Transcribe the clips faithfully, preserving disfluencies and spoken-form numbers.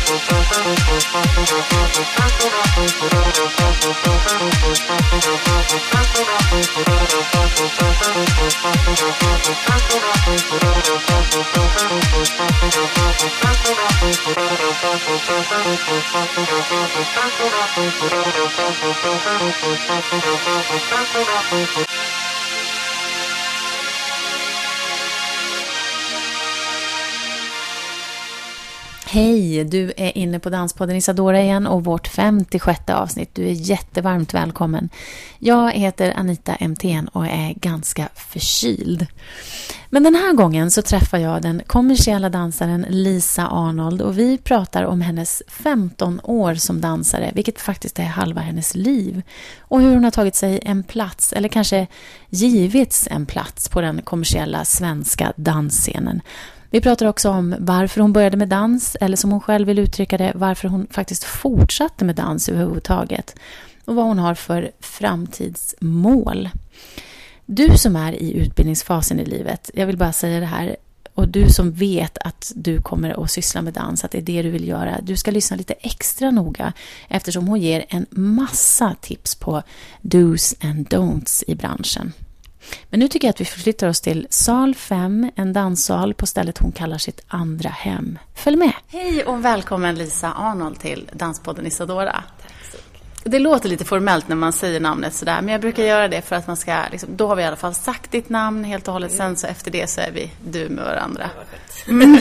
Hej, du är inne på Danspodden Isadora igen och vårt femtiosjätte avsnitt. Du är jättevarmt välkommen. Jag heter Anita M T N och är ganska förkyld. Men den här gången så träffar jag den kommersiella dansaren Lisa Arnold och vi pratar om hennes femton år som dansare, vilket faktiskt är halva hennes liv. Och hur hon har tagit sig en plats, eller kanske givits en plats på den kommersiella svenska dansscenen. Vi pratar också om varför hon började med dans, eller som hon själv vill uttrycka det, varför hon faktiskt fortsatte med dans överhuvudtaget. Och vad hon har för framtidsmål. Du som är i utbildningsfasen i livet, jag vill bara säga det här, och du som vet att du kommer att syssla med dans, att det är det du vill göra, du ska lyssna lite extra noga eftersom hon ger en massa tips på do's and don'ts i branschen. Men nu tycker jag att vi förflyttar oss till sal fem, en danssal på stället hon kallar sitt andra hem. Följ med! Hej och välkommen Lisa Arnold till Danspodden Isadora. Tack så mycket. Det låter lite formellt när man säger namnet sådär, men jag brukar göra det för att man ska, liksom, då har vi i alla fall sagt ditt namn helt och hållet, mm. Sen så efter det så är vi du med varandra. Mm.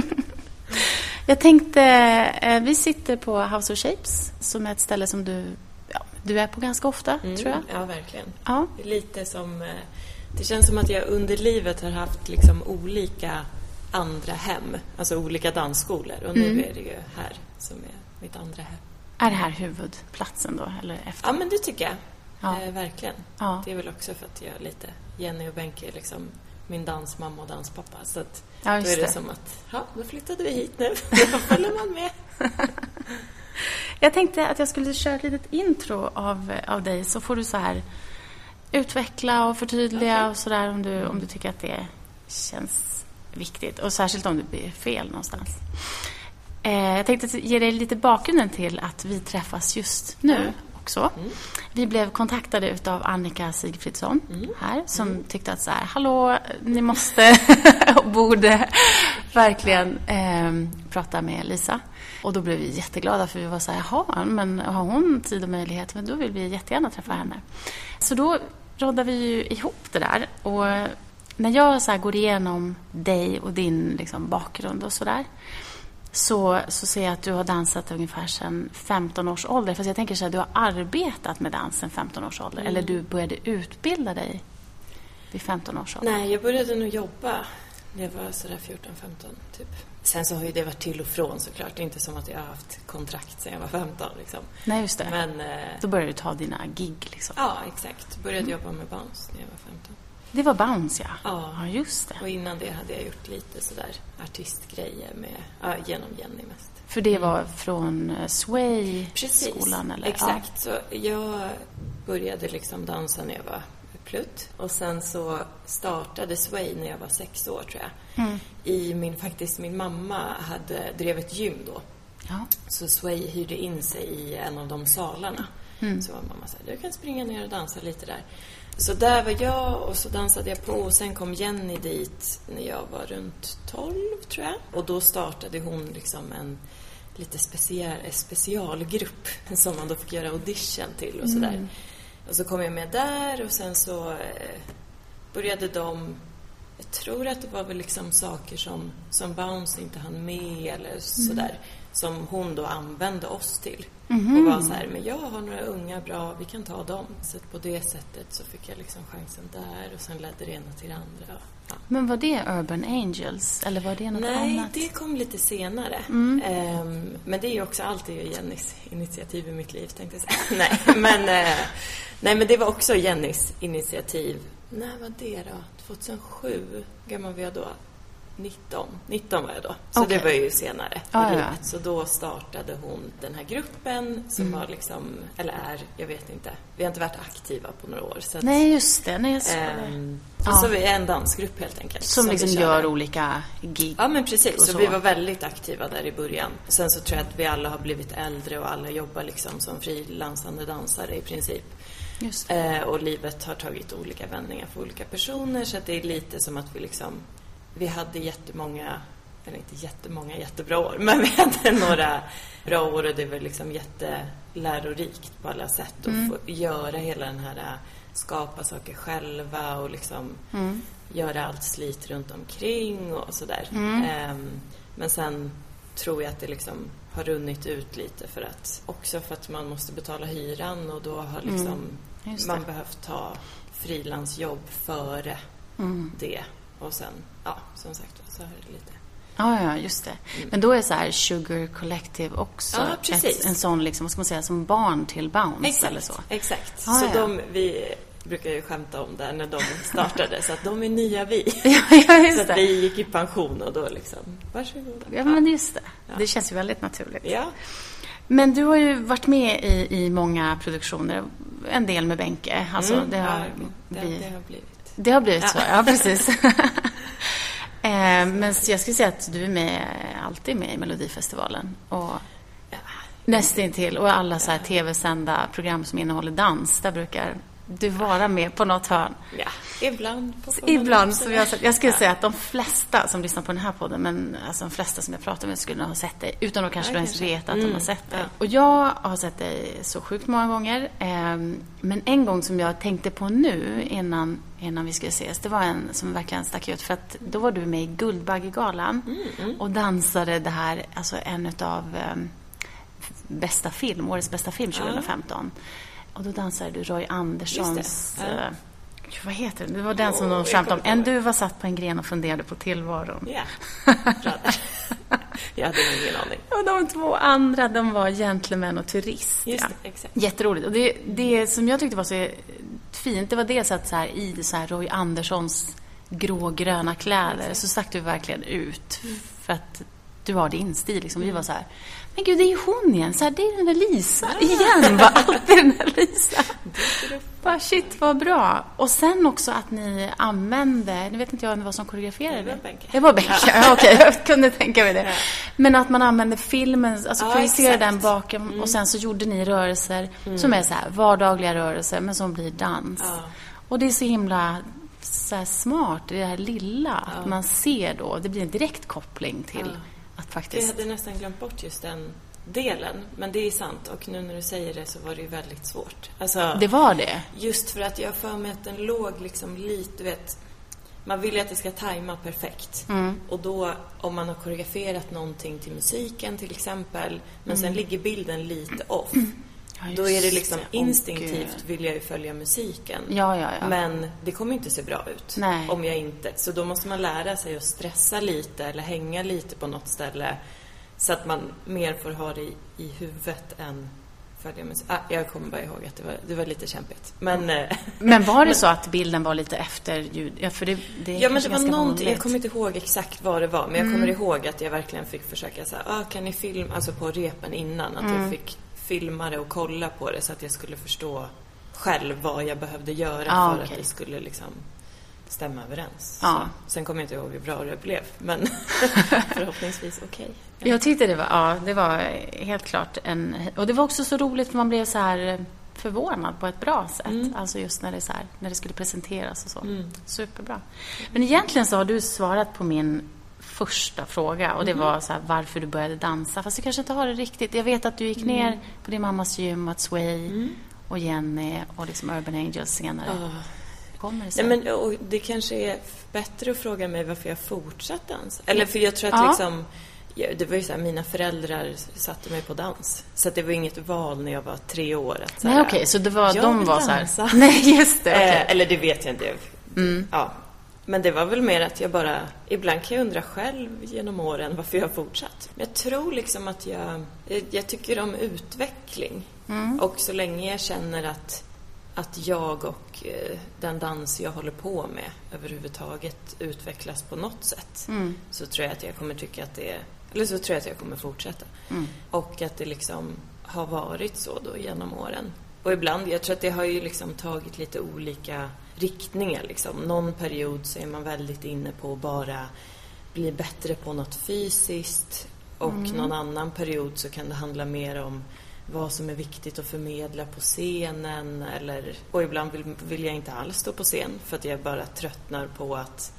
Jag tänkte, vi sitter på House of Shapes som är ett ställe som du... Du är på ganska ofta, mm, tror jag. Ja, verkligen. Ja. Lite som... Det känns som att jag under livet har haft liksom olika andra hem. Alltså olika dansskolor. Och nu mm. är det ju här som är mitt andra hem. Är det här huvudplatsen då? Eller efter? Ja, men det tycker jag. Ja. Eh, verkligen. Ja. Det är väl också för att jag är lite... Jenny och Benke är liksom min dansmamma och danspappa. Så att ja, då är det, det som att... Ja, då flyttade vi hit nu. Då följer man med. Jag tänkte att jag skulle köra ett litet intro av, av dig, så får du så här utveckla och förtydliga okay. och sådär om du, om du tycker att det känns viktigt. Och särskilt om det blir fel någonstans. Eh, jag tänkte ge dig lite bakgrunden till att vi träffas just nu mm. också. Mm. Vi blev kontaktade utav Annika Sigfridsson mm. här som mm. tyckte att så här, hallå, ni måste och borde verkligen eh, prata med Lisa. Och då blev vi jätteglada för vi var så här, jaha, men har hon tid och möjlighet? Men då vill vi jättegärna träffa henne. Så då rådde vi ju ihop det där. Och när jag så här går igenom dig och din liksom, bakgrund och sådär, så, så ser jag att du har dansat ungefär sedan femton års ålder. Fast jag tänker så här, du har arbetat med dansen femton års ålder. Mm. Eller du började utbilda dig vid femton års ålder. Nej, jag började nog jobba när jag var sådär fjorton femton typ. Sen så har ju det varit till och från såklart. Det är inte som att jag har haft kontrakt sedan jag var femton. Liksom. Nej, just det. Men, eh, då började du ta dina gig liksom. Ja, exakt. Började mm. jobba med Bounce när jag var femton. Det var Bounce, ja. Ja. Ja, just det. Och innan det hade jag gjort lite sådär artistgrejer med, ja, genom Jenny mest. För det var mm. från Sway-skolan? Eller? Exakt. Så jag började liksom dansa när jag var plutt. Och sen så startade Sway när jag var sex år tror jag. Mm. I min, faktiskt min mamma hade drev ett gym då. Ja. Så Sway hyrde in sig i en av de salarna. Mm. Så var mamma så här, du kan springa ner och dansa lite där. Så där var jag och så dansade jag på. Och sen kom Jenny dit när jag var runt tolv tror jag. Och då startade hon liksom en lite special, specialgrupp som man då fick göra audition till och sådär. Mm. Och så kom jag med där och sen så eh, började de, jag tror att det var väl liksom saker som, som Bounce inte hann med eller sådär, mm. som hon då använde oss till. Mm-hmm. Och var så här, men jag har några unga bra, vi kan ta dem. Så på det sättet så fick jag liksom chansen där och sen ledde det ena till det andra. Ja. Men var det Urban Angels eller var det något Nej, annat? Nej, det kom lite senare. Mm. Um, men det är ju också alltid Jennys initiativ i mitt liv, tänkte jag säga. nej, men, uh, nej, men det var också Jennys initiativ. När var det då? tjugohundrasju, gammal var jag då? nitton. nitton var jag då. Så okay. Det var ju senare ah, i ja. Så då startade hon den här gruppen som mm. var liksom, eller är, jag vet inte. Vi har inte varit aktiva på några år. Så att, nej, just det. Nej, så, ähm, ja. så vi är en dansgrupp helt enkelt. Som, som liksom gör olika gig. Ja, men precis. Så, så vi var väldigt aktiva där i början. Sen så tror jag att vi alla har blivit äldre och alla jobbar liksom som frilansande dansare i princip. Just det. Eh, och livet har tagit olika vändningar för olika personer, så att det är lite som att vi liksom vi hade jättemånga, eller inte jättemånga jättebra år, men vi hade några bra år och det var liksom jättelärorikt på alla sätt att mm. få göra hela den här, skapa saker själva och liksom mm. göra allt slit runt omkring och sådär. Mm. Eh, men sen tror jag att det liksom har runnit ut lite för att också för att man måste betala hyran och då har liksom mm. man behövt ta frilansjobb före mm. det. Och sen, ja, som sagt, så har det lite. Ja, ja, just det. Mm. Men då är så här Sugar Collective också ja, ett, en sån, liksom, vad ska man säga, som barn till Bounce exakt, eller så. Exakt. Ah, så ja. de, vi brukar ju skämta om det när de startade, så att de är nya vi. ja, ja, just så det. att vi gick i pension och då liksom, varsågoda. Ja, men just det. Ja. Det känns ju väldigt naturligt. Ja. Men du har ju varit med i, i många produktioner, en del med Benke. Alltså, mm, det, har, ja, det, vi, det har blivit. Det har blivit ja. så, ja precis. eh, men jag skulle säga att du är med, alltid med i Melodifestivalen. Och ja. nästintill. Och alla så här tv-sända program som innehåller dans, där brukar du vara med på något hörn. Ja, ibland. På ibland. Så jag, jag skulle ja. säga att de flesta som lyssnar på den här podden, men alltså de flesta som jag pratar med skulle ha sett dig, utan att kanske ja, ens veta att mm. de har sett dig. Ja. Och jag har sett dig så sjukt många gånger. Eh, men en gång som jag tänkte på nu, innan, innan vi skulle ses, det var en som verkligen stack ut. För att då var du med i Guldbaggegalan mm, mm. och dansade det här, alltså en av eh, bästa film, årets bästa film tjugohundrafemton. Ja. Och då dansade du Roy Anderssons... Ja. Uh, vad heter det? Det var den som oh, de skämtade om. En duva satt på en gren och funderade på tillvaron. Ja, jag hade ingen aning. Och de två andra, de var gentleman och turist. Just ja. det, exakt. Jätteroligt. Och det, det som jag tyckte var så fint, det var dels att så här, i så här Roy Anderssons grågröna kläder exakt. Så stack du verkligen ut. Mm. För att du har din stil. Liksom. Mm. Vi var så här... Men gud, det är ju hon igen. Så här, det är den där Lisa. Ja. Igen, var alltid den där Lisa. Bara shit, vad bra. Och sen också att ni använde, nu vet inte jag vad som koreograferade. Det var Benke. Det var Benke, ja. ja, okej, jag kunde tänka mig det. Ja. Men att man använde filmen, alltså ja, projicerade den bakom mm. och sen så gjorde ni rörelser mm. som är så här vardagliga rörelser, men som blir dans. Ja. Och det är så himla så här smart, det här lilla, ja. Att man ser då, det blir en direkt koppling till ja. Att faktiskt... Jag hade nästan glömt bort just den delen, men det är sant. Och nu när du säger det så var det ju väldigt svårt. Alltså, det var det? Just för att jag för mig att den låg liksom lite, du vet... Man vill ju att det ska tajma perfekt. Mm. Och då, om man har koreograferat någonting till musiken till exempel, men mm. sen ligger bilden lite off... Ja, då är det liksom det. Instinktivt oh, vill jag ju följa musiken. Ja, ja, ja. Men det kommer inte se bra ut. Nej. Om jag inte. Så då måste man lära sig att stressa lite eller hänga lite på något ställe så att man mer får ha det i, i huvudet än följa musik. Ah, jag kommer bara ihåg att det var, det var lite kämpigt. Men, mm. men var det men, så att bilden var lite efter ljud? Ja, för det, det ja men det var någonting. Jag kommer inte ihåg exakt vad det var. Men jag mm. kommer ihåg att jag verkligen fick försöka så här, ah, kan ni filma, alltså på repen innan, att mm. jag fick filma det och kolla på det så att jag skulle förstå själv vad jag behövde göra ah, för okay. att det skulle liksom stämma överens. Ah. Sen kommer jag inte ihåg hur bra det blev, men förhoppningsvis okej. Okay. Ja. Jag tyckte det var, ja, det var helt klart en, och det var också så roligt för man blev så här förvånad på ett bra sätt. Mm. Alltså just när det så här, när det skulle presenteras och så. Mm. Superbra. Men egentligen så har du svarat på min första fråga och det var så här, varför du började dansa, fast du kanske inte har det riktigt. Jag vet att du gick ner mm. på din mammas gym, att Sway mm. och Jenny och liksom Urban Angels senare. Oh. Kommer det så? Nej, men och det kanske är bättre att fråga mig varför jag fortsatt dansa. Eller för jag tror att ja. liksom ja, det var ju så här, mina föräldrar satte mig på dans. Så att det var inget val när jag var tre år att så här, nej okej, okay, så det var de var dansa. Så här. Nej, just det. Okay. Eh, eller det vet jag inte. Mm. Ja. Men det var väl mer att jag bara... Ibland kan jag undra själv genom åren varför jag har fortsatt. Men jag tror liksom att jag... Jag, jag tycker om utveckling. Mm. Och så länge jag känner att att jag och eh, den dans jag håller på med överhuvudtaget utvecklas på något sätt, mm. så tror jag att jag kommer tycka att det är, eller så tror jag att jag kommer fortsätta. Mm. Och att det liksom har varit så då genom åren. Och ibland, jag tror att det har ju liksom tagit lite olika riktningar liksom. Någon period så är man väldigt inne på att bara bli bättre på något fysiskt, och mm. någon annan period så kan det handla mer om vad som är viktigt att förmedla på scenen, eller, och ibland vill, vill jag inte alls stå på scen för att jag bara tröttnar på att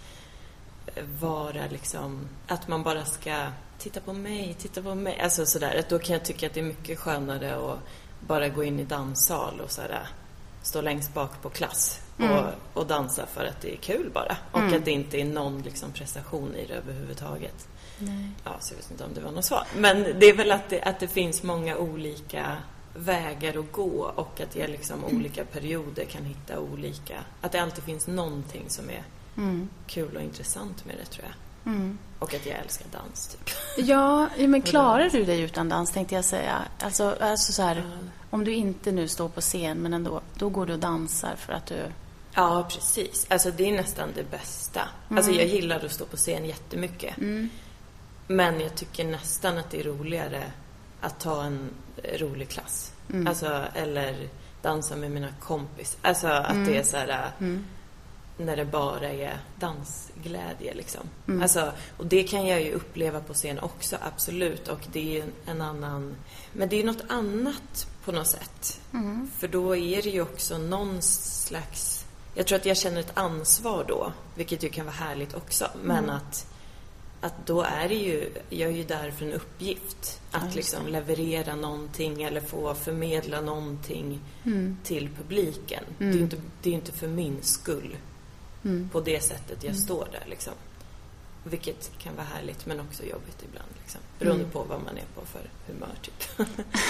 vara liksom, att man bara ska titta på mig, titta på mig, alltså sådär, att då kan jag tycka att det är mycket skönare att bara gå in i danssal och sådär, stå längst bak på klass och, mm. och dansa för att det är kul bara, och mm. att det inte är någon liksom prestation i det överhuvudtaget. Nej. Ja, så jag vet inte om det var något svar. Men det är väl att det, att det finns många olika vägar att gå, och att jag liksom mm. olika perioder kan hitta olika, att det alltid finns någonting som är mm. kul och intressant med det, tror jag. Mm. Och att jag älskar dans typ. Ja, men klarar du dig utan dans, tänkte jag säga. Alltså, alltså så här, mm. om du inte nu står på scen, men ändå, då går du och dansar för att du... Ja, precis. Alltså det är nästan det bästa. Mm. Alltså jag gillar att stå på scen jättemycket. Mm. Men jag tycker nästan att det är roligare att ta en rolig klass. Mm. Alltså, eller dansa med mina kompis. Alltså att mm. det är så här... Mm. när det bara är dansglädje liksom. Mm. Alltså, och det kan jag ju uppleva på scen också, absolut. Och det är en annan... Men det är något annat på något sätt. Mm. För då är det ju också någon slags... Jag tror att jag känner ett ansvar då, vilket ju kan vara härligt också. Men mm. att, att då är det ju... Jag är ju där för en uppgift. Att ja, liksom leverera någonting eller få förmedla någonting mm. till publiken. Mm. Det är ju inte, det är inte för min skull. Mm. På det sättet jag mm. står där liksom. Vilket kan vara härligt men också jobbigt ibland liksom. Beroende mm. på vad man är på för humör typ.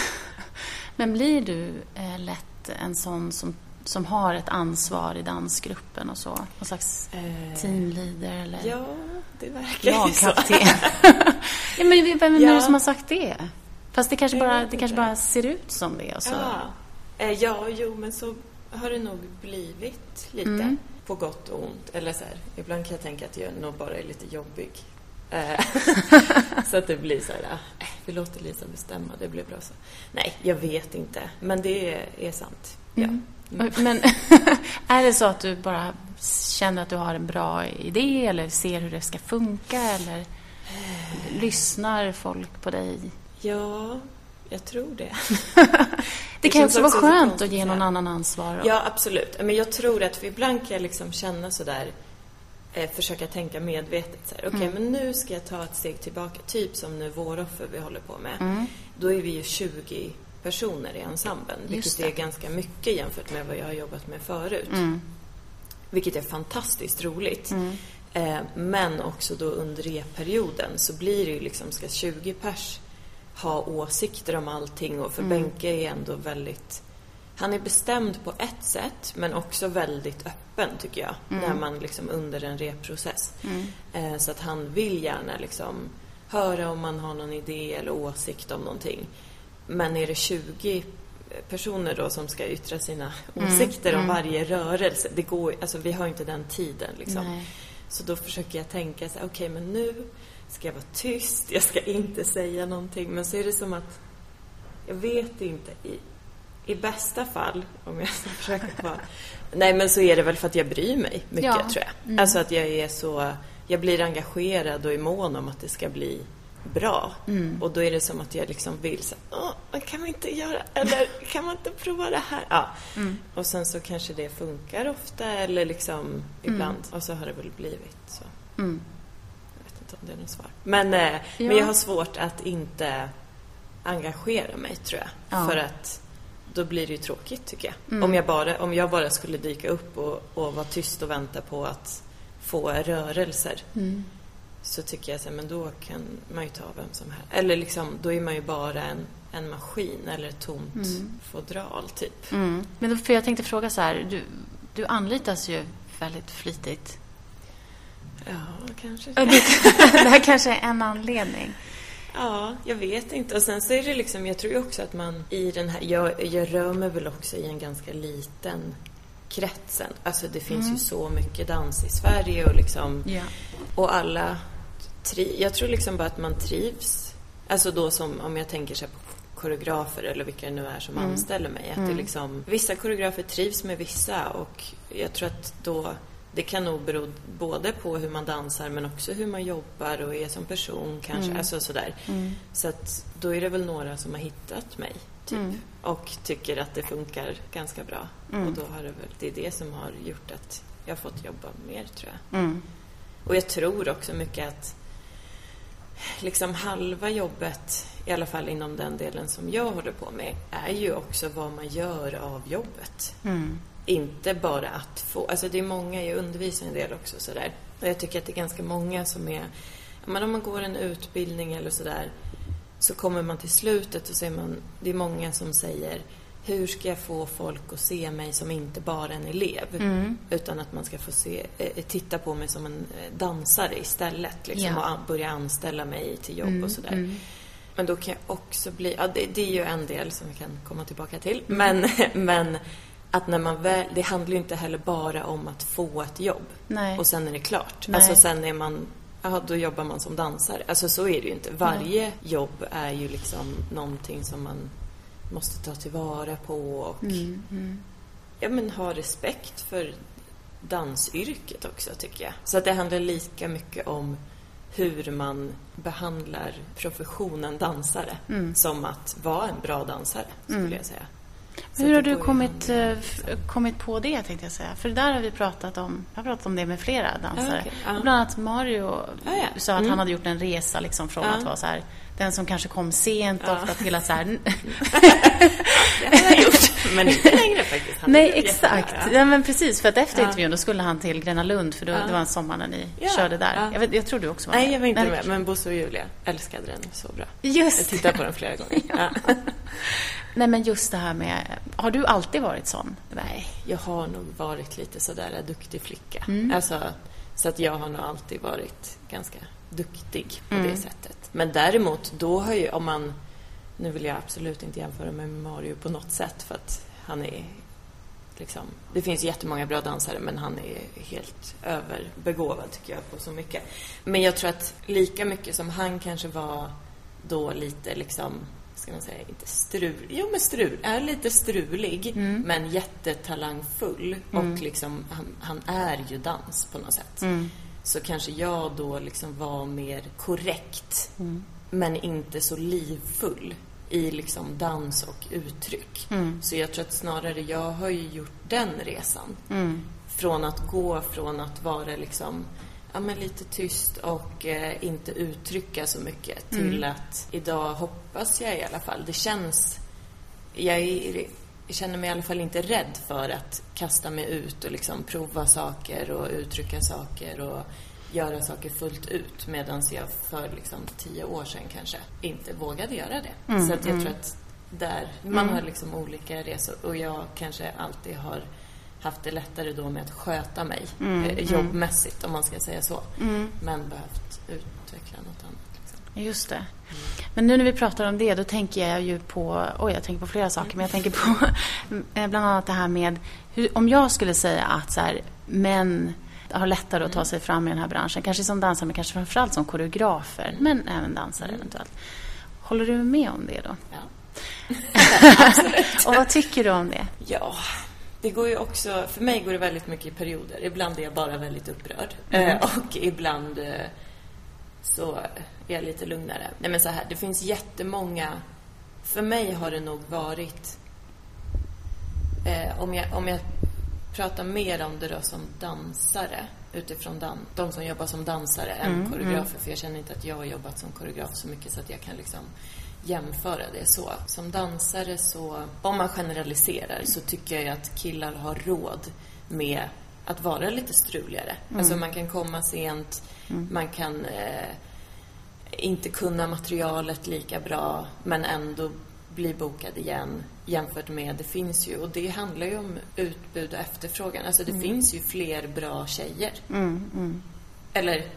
Men blir du eh, lätt en sån som, som har ett ansvar i dansgruppen och så? Någon slags eh, teamleader eller? Ja, det verkar ju så. Ja, men vem ja. är det som har sagt det? Fast det kanske, bara, det kanske bara ser ut som det. Och så. Ja. Eh, ja, jo men så har det nog blivit lite. Mm. På gott och ont. Eller så här, ibland kan jag tänka att jag nog bara är lite jobbig. Så att det blir så här, äh, vi låter Lisa bestämma, det blir bra så. Nej, jag vet inte. Men det är, är sant. Ja. Mm. Mm. Men är det så att du bara känner att du har en bra idé eller ser hur det ska funka eller lyssnar folk på dig? Ja, jag tror det. Det kan också vara skönt att ge någon annan ansvar. Ja, absolut. Men jag tror att för ibland kan jag liksom känna sådär, eh, försöka tänka medvetet. Okej, okay, mm. men nu ska jag ta ett steg tillbaka. Typ som nu Våroffer vi håller på med. Mm. Då är vi ju tjugo personer i ensemblen. Vilket är ganska mycket jämfört med vad jag har jobbat med förut. Mm. Vilket är fantastiskt roligt. Mm. Eh, men också då under repperioden så blir det ju liksom, ska tjugo pers ha åsikter om allting, och för mm. Benke är ändå väldigt, han är bestämd på ett sätt men också väldigt öppen tycker jag mm. när man liksom under en repprocess mm. eh, så att han vill gärna liksom höra om man har någon idé eller åsikt om någonting, men är det tjugo personer då som ska yttra sina mm. åsikter om mm. varje rörelse, det går, alltså vi har inte den tiden liksom. Nej. Så då försöker jag tänka så här, okej, okay, men nu ska jag vara tyst, jag ska inte säga någonting. Men så är det som att, jag vet inte, i, i bästa fall, om jag ska försöka vara... Nej, men så är det väl för att jag bryr mig mycket, ja. tror jag. Mm. Alltså att jag är så, jag blir engagerad och är mån om att det ska bli bra. Mm. Och då är det som att jag liksom vill så, åh, kan man inte göra, eller kan man inte prova det här? Ja. Mm. Och sen så kanske det funkar ofta, eller liksom ibland. Mm. Och så har det väl blivit så. Mm. Det är något svar. Men, eh, ja. men jag har svårt att inte engagera mig, tror jag. Ja. För att då blir det ju tråkigt, tycker jag. Mm. Om, jag bara, om jag bara skulle dyka upp och, och vara tyst och vänta på att få rörelser mm. så tycker jag så här, men då kan man ju ta vem som helst. Eller liksom, då är man ju bara en, en maskin eller ett tomt mm. fodral, typ. Mm. Men då, för jag tänkte fråga så här, du, du anlitas ju väldigt flitigt. Ja, kanske. Det, det här kanske är en anledning. Ja, jag vet inte. Och sen så är det liksom, jag tror ju också att man i den här, jag, jag rör mig väl också i en ganska liten kretsen. Alltså det finns mm. ju så mycket dans i Sverige och liksom, ja. och alla, tri, jag tror liksom bara att man trivs. Alltså då som, om jag tänker sig på koreografer eller vilka det nu är som mm. anställer mig. Att mm. det liksom, vissa koreografer trivs med vissa och jag tror att då det kan nog bero både på hur man dansar men också hur man jobbar och är som person kanske, mm. alltså sådär. Mm. Så att då är det väl några som har hittat mig typ mm. och tycker att det funkar ganska bra. Mm. Och då har det väl, det är det som har gjort att jag har fått jobba mer tror jag. Mm. Och jag tror också mycket att liksom halva jobbet, i alla fall inom den delen som jag håller på med, är ju också vad man gör av jobbet. Mm. Inte bara att få, alltså det är många, jag undervisar en del också sådär. Och jag tycker att det är ganska många som är, men om man går en utbildning eller sådär, så kommer man till slutet och säger man, det är många som säger, hur ska jag få folk att se mig som inte bara en elev, mm. utan att man ska få se, eh, titta på mig som en dansare istället liksom, ja. Och börja anställa mig till jobb mm. och sådär. Mm. Men då kan jag också bli, ja det, det är ju en del som vi kan komma tillbaka till, mm. men, men att när man väl, det handlar ju inte heller bara om att få ett jobb. Nej. Och sen är det klart. Nej. Alltså sen är man, ja då jobbar man som dansare. Alltså så är det ju inte. Varje Nej. jobb är ju liksom någonting som man måste ta tillvara på och mm. Mm. ja men ha respekt för dansyrket också tycker jag. Så att det handlar lika mycket om hur man behandlar professionen dansare mm. som att vara en bra dansare skulle mm. jag säga. Så hur har du kommit, f- kommit på det tänkte jag säga? För där har vi pratat om, jag har pratat om det med flera dansare. Ah, okay. ah. Bland annat Mario ah, ja. sa att mm. han hade gjort en resa liksom från ah. att vara så här, den som kanske kom sent ah. ofta till att så här... det har jag gjort, men inte längre faktiskt. Han Nej, exakt. Ja. ja, men precis. För att efter ja. intervjun då skulle han till Gröna Lund för då, ja. det var en sommar när ni ja. körde där. Ja. Jag, vet, jag tror du också var Nej, med. jag var inte Nej. med. Men Bosse och Julia älskade den så bra. Just Jag tittade på den flera gånger. ja. Ja. Nej, men just det här med... Har du alltid varit sån? Nej, jag har nog varit lite sådär en duktig flicka. Mm. Alltså, så att jag har nog alltid varit ganska duktig på mm. det sättet. Men däremot, då har ju, om man... Nu vill jag absolut inte jämföra med Mario på något sätt för att han är liksom... Det finns jättemånga bra dansare men han är helt överbegåvad tycker jag på så mycket. Men jag tror att lika mycket som han kanske var då lite liksom... ska man säga, inte strul. Jo, men strul. Är lite strulig, mm. men jättetalangfull. Mm. Och liksom, han, han är ju dans på något sätt. Mm. Så kanske jag då liksom var mer korrekt, mm. men inte så livfull i liksom dans och uttryck. Mm. Så jag tror att snarare jag har ju gjort den resan. Mm. Från att gå från att vara liksom... ja, men lite tyst och eh, inte uttrycka så mycket till mm. att idag hoppas jag i alla fall. Det känns... Jag, är, jag känner mig i alla fall inte rädd för att kasta mig ut och liksom prova saker och uttrycka saker och göra saker fullt ut medan jag för liksom tio år sedan kanske inte vågade göra det. Mm, så att jag mm. tror att där, man mm. har liksom olika resor och jag kanske alltid har haft det lättare då med att sköta mig mm, eh, jobbmässigt mm. om man ska säga så. Mm. Men behövt utveckla något annat. Liksom. Just det. Mm. Men nu när vi pratar om det, då tänker jag ju på, oj jag tänker på flera saker, mm. men jag tänker på bland annat det här med, hur, om jag skulle säga att så här, män har lättare att ta sig fram i den här branschen, kanske som dansare men kanske framförallt som koreografer, mm. men även dansare mm. eventuellt. Håller du med om det då? Ja. Och vad tycker du om det? Ja, det går ju också, för mig går det väldigt mycket i perioder. Ibland är jag bara väldigt upprörd. Mm. Och ibland så är jag lite lugnare. Nej men så här, det finns jättemånga, för mig har det nog varit, eh, om, jag, om jag pratar mer om det då som dansare, utifrån dan- de som jobbar som dansare än mm, koreografer. Mm. För jag känner inte att jag har jobbat som koreograf så mycket så att jag kan liksom jämföra det så. Som dansare så, om man generaliserar så tycker jag att killar har råd med att vara lite struligare. Mm. Alltså man kan komma sent, mm. man kan eh, inte kunna materialet lika bra men ändå bli bokad igen jämfört med, det finns ju, och det handlar ju om utbud och efterfrågan. Alltså det mm. finns ju fler bra tjejer. Mm, mm. Eller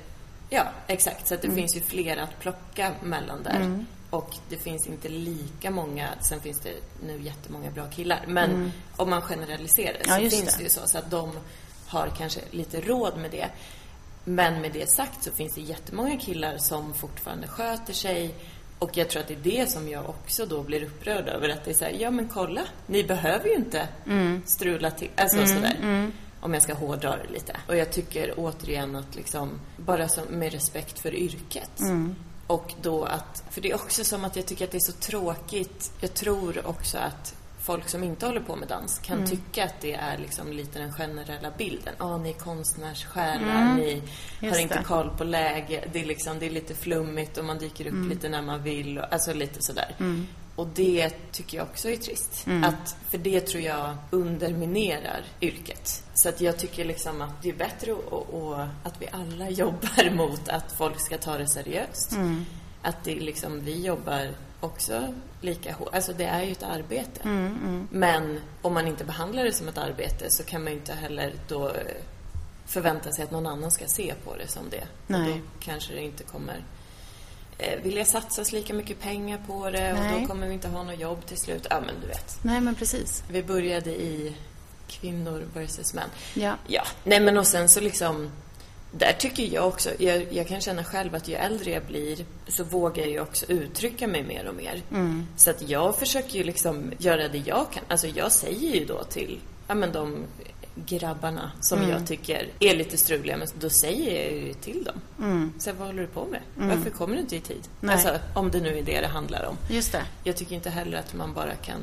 Ja, exakt. Så att det Mm. finns ju fler att plocka mellan där. Mm. Och det finns inte lika många, sen finns det nu jättemånga bra killar. Men Mm. om man generaliserar Ja, så just finns det. det ju så, så att de har kanske lite råd med det. Men med det sagt så finns det jättemånga killar som fortfarande sköter sig. Och jag tror att det är det som jag också då blir upprörd över. Att det är så här, ja men kolla, ni behöver ju inte Mm. strula till, alltså Mm, sådär. mm. Om jag ska hårdra det lite. Och jag tycker återigen att liksom, bara som, med respekt för yrket. Mm. Och då att, för det är också som att jag tycker att det är så tråkigt. Jag tror också att folk som inte håller på med dans kan Mm. tycka att det är liksom lite den generella bilden. Ja, ah, ni är konstnärssjälar, Mm. ni Just har inte det. koll på läge. Det är liksom, det är lite flummigt och man dyker upp Mm. lite när man vill. Och, alltså lite sådär. Mm. Och det tycker jag också är trist. Mm. Att, för det tror jag underminerar yrket. Så att jag tycker liksom att det är bättre och, och, att vi alla jobbar mot att folk ska ta det seriöst. Mm. Att det liksom, vi jobbar också lika hårt. Alltså det är ju ett arbete. Mm. Mm. Men om man inte behandlar det som ett arbete så kan man ju inte heller då eh, förvänta sig att någon annan ska se på det som det. Nej. Och då kanske det inte kommer eh, vilja satsas lika mycket pengar på det. Och Nej. då kommer vi inte ha något jobb till slut. Ja, men du vet. Nej, men precis. Vi började i kvinnor versus män. Ja. Ja, nej men och sen så liksom, där tycker jag också, jag, jag kan känna själv att ju äldre jag blir så vågar jag ju också uttrycka mig mer och mer. Mm. Så att jag försöker ju liksom göra det jag kan. Alltså jag säger ju då till, ja men de grabbarna som Mm. jag tycker är lite struliga, men då säger jag ju till dem. Mm. Så vad håller du på med? Mm. Varför kommer du inte i tid? Nej. Alltså om det nu är det det handlar om. Just det. Jag tycker inte heller att man bara kan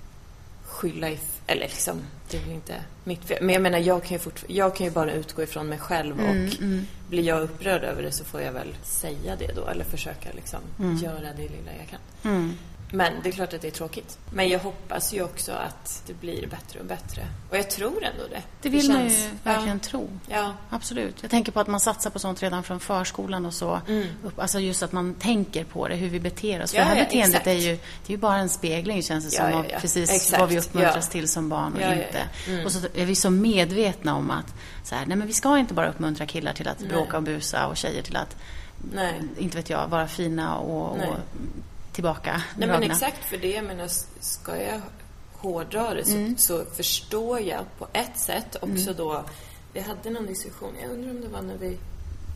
skylla i, eller liksom, det är väl inte mitt fel. Men jag menar, jag kan ju, fort, jag kan ju bara utgå ifrån mig själv och Mm, mm. blir jag upprörd över det så får jag väl säga det då, eller försöka liksom Mm. göra det lilla jag kan. Mm. Men det är klart att det är tråkigt. Men jag hoppas ju också att det blir bättre och bättre. Och jag tror ändå det. Det vill man känns- ju verkligen ja. tro. Ja. Absolut. Jag tänker på att man satsar på sånt redan från förskolan och så. Mm. Upp, alltså just att man tänker på det, hur vi beter oss. För Ja, det här ja, beteendet exakt. är ju, det är ju bara en spegling, känns det Ja, som. ja, Av ja. precis Exakt. vad vi uppmuntras Ja. till som barn och Ja, ja, ja. inte. Mm. Och så är vi så medvetna om att så här, nej, men vi ska inte bara uppmuntra killar till att Nej. bråka och busa och tjejer till att, Nej. inte vet jag, vara fina och, Nej. och tillbaka Nej, men dragna. exakt för det. Jag menar, ska jag hårdra det så, Mm. så förstår jag på ett sätt också då. Vi hade någon diskussion, jag undrar om det var när vi,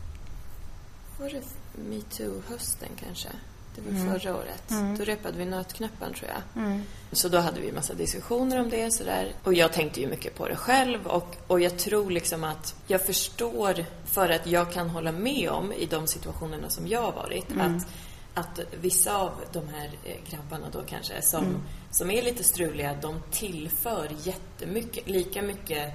var det MeToo-hösten kanske? Det var Mm. förra året. Mm. Då repade vi nötknäpparen, tror jag. Mm. Så då hade vi en massa diskussioner om det sådär. Och jag tänkte ju mycket på det själv. Och, och jag tror liksom att jag förstår, för att jag kan hålla med om i de situationerna som jag har varit, Mm. att, att vissa av de här eh, grabbarna då kanske som, Mm. som är lite struliga, de tillför jättemycket, lika mycket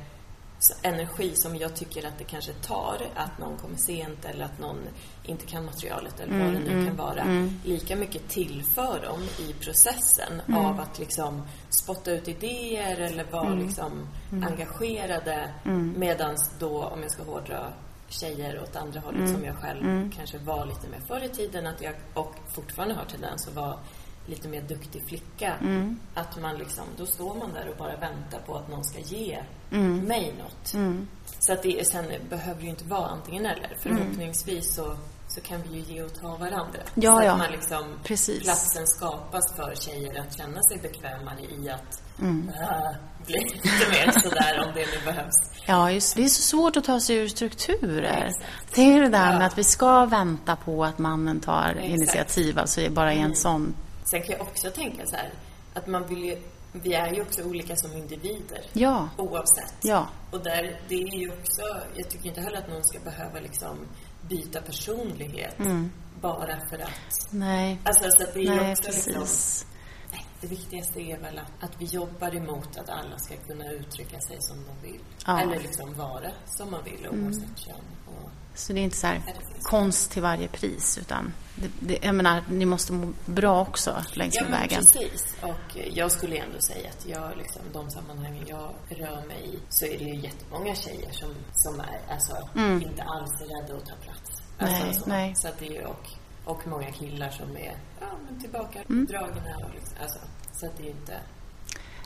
energi som jag tycker att det kanske tar att någon kommer sent eller att någon inte kan materialet eller Mm, vad det nu mm, kan vara. mm. Lika mycket tillför de i processen Mm. av att liksom spotta ut idéer eller vara Mm. liksom Mm. engagerade, Mm. medans då, om jag ska hårdra, tjejer åt andra hållet Mm. som jag själv Mm. kanske var lite mer förr i tiden, att jag, och fortfarande har tendens att vara lite mer duktig flicka. Mm. Att man liksom, då står man där och bara väntar på att någon ska ge Mm. mig något. Mm. Så att det sen behöver ju inte vara antingen eller. Förhoppningsvis så, så kan vi ju ge och ta varandra. Ja, så ja. att man liksom, Precis. platsen skapas för tjejer att känna sig bekvämare i att Mm. äh, bli lite mer sådär om det nu behövs. Ja, just det. är så svårt att ta sig ur strukturer. Exakt. Det är det där Ja. med att vi ska vänta på att mannen tar Exakt. initiativ, alltså bara i en Mm. sån. Sen kan jag också tänka så här, att man vill ju, vi är ju också olika som individer. Ja, Oavsett. ja, Och där, det är ju också, jag tycker inte heller att någon ska behöva liksom byta personlighet Mm. bara för att. nej, Alltså så att det är ju nej, också liksom, precis. nej, det viktigaste är väl att, att vi jobbar emot att alla ska kunna uttrycka sig som de vill. Ja. Eller liksom vara som man vill oavsett kön. Och, Så det är inte så här Nej, det finns. konst till varje pris, utan det, det, jag menar, ni måste må bra också längs ja, med men vägen. precis. Och jag skulle ändå säga att jag, liksom, de sammanhangen jag rör mig i, så är det ju jättemånga tjejer som, som är alltså, Mm. inte alls rädda att ta plats. Alltså, Nej, så. nej. Så att det är ju, och, och många killar som är ja, men tillbaka Mm. dragna och liksom, alltså, så att det är inte.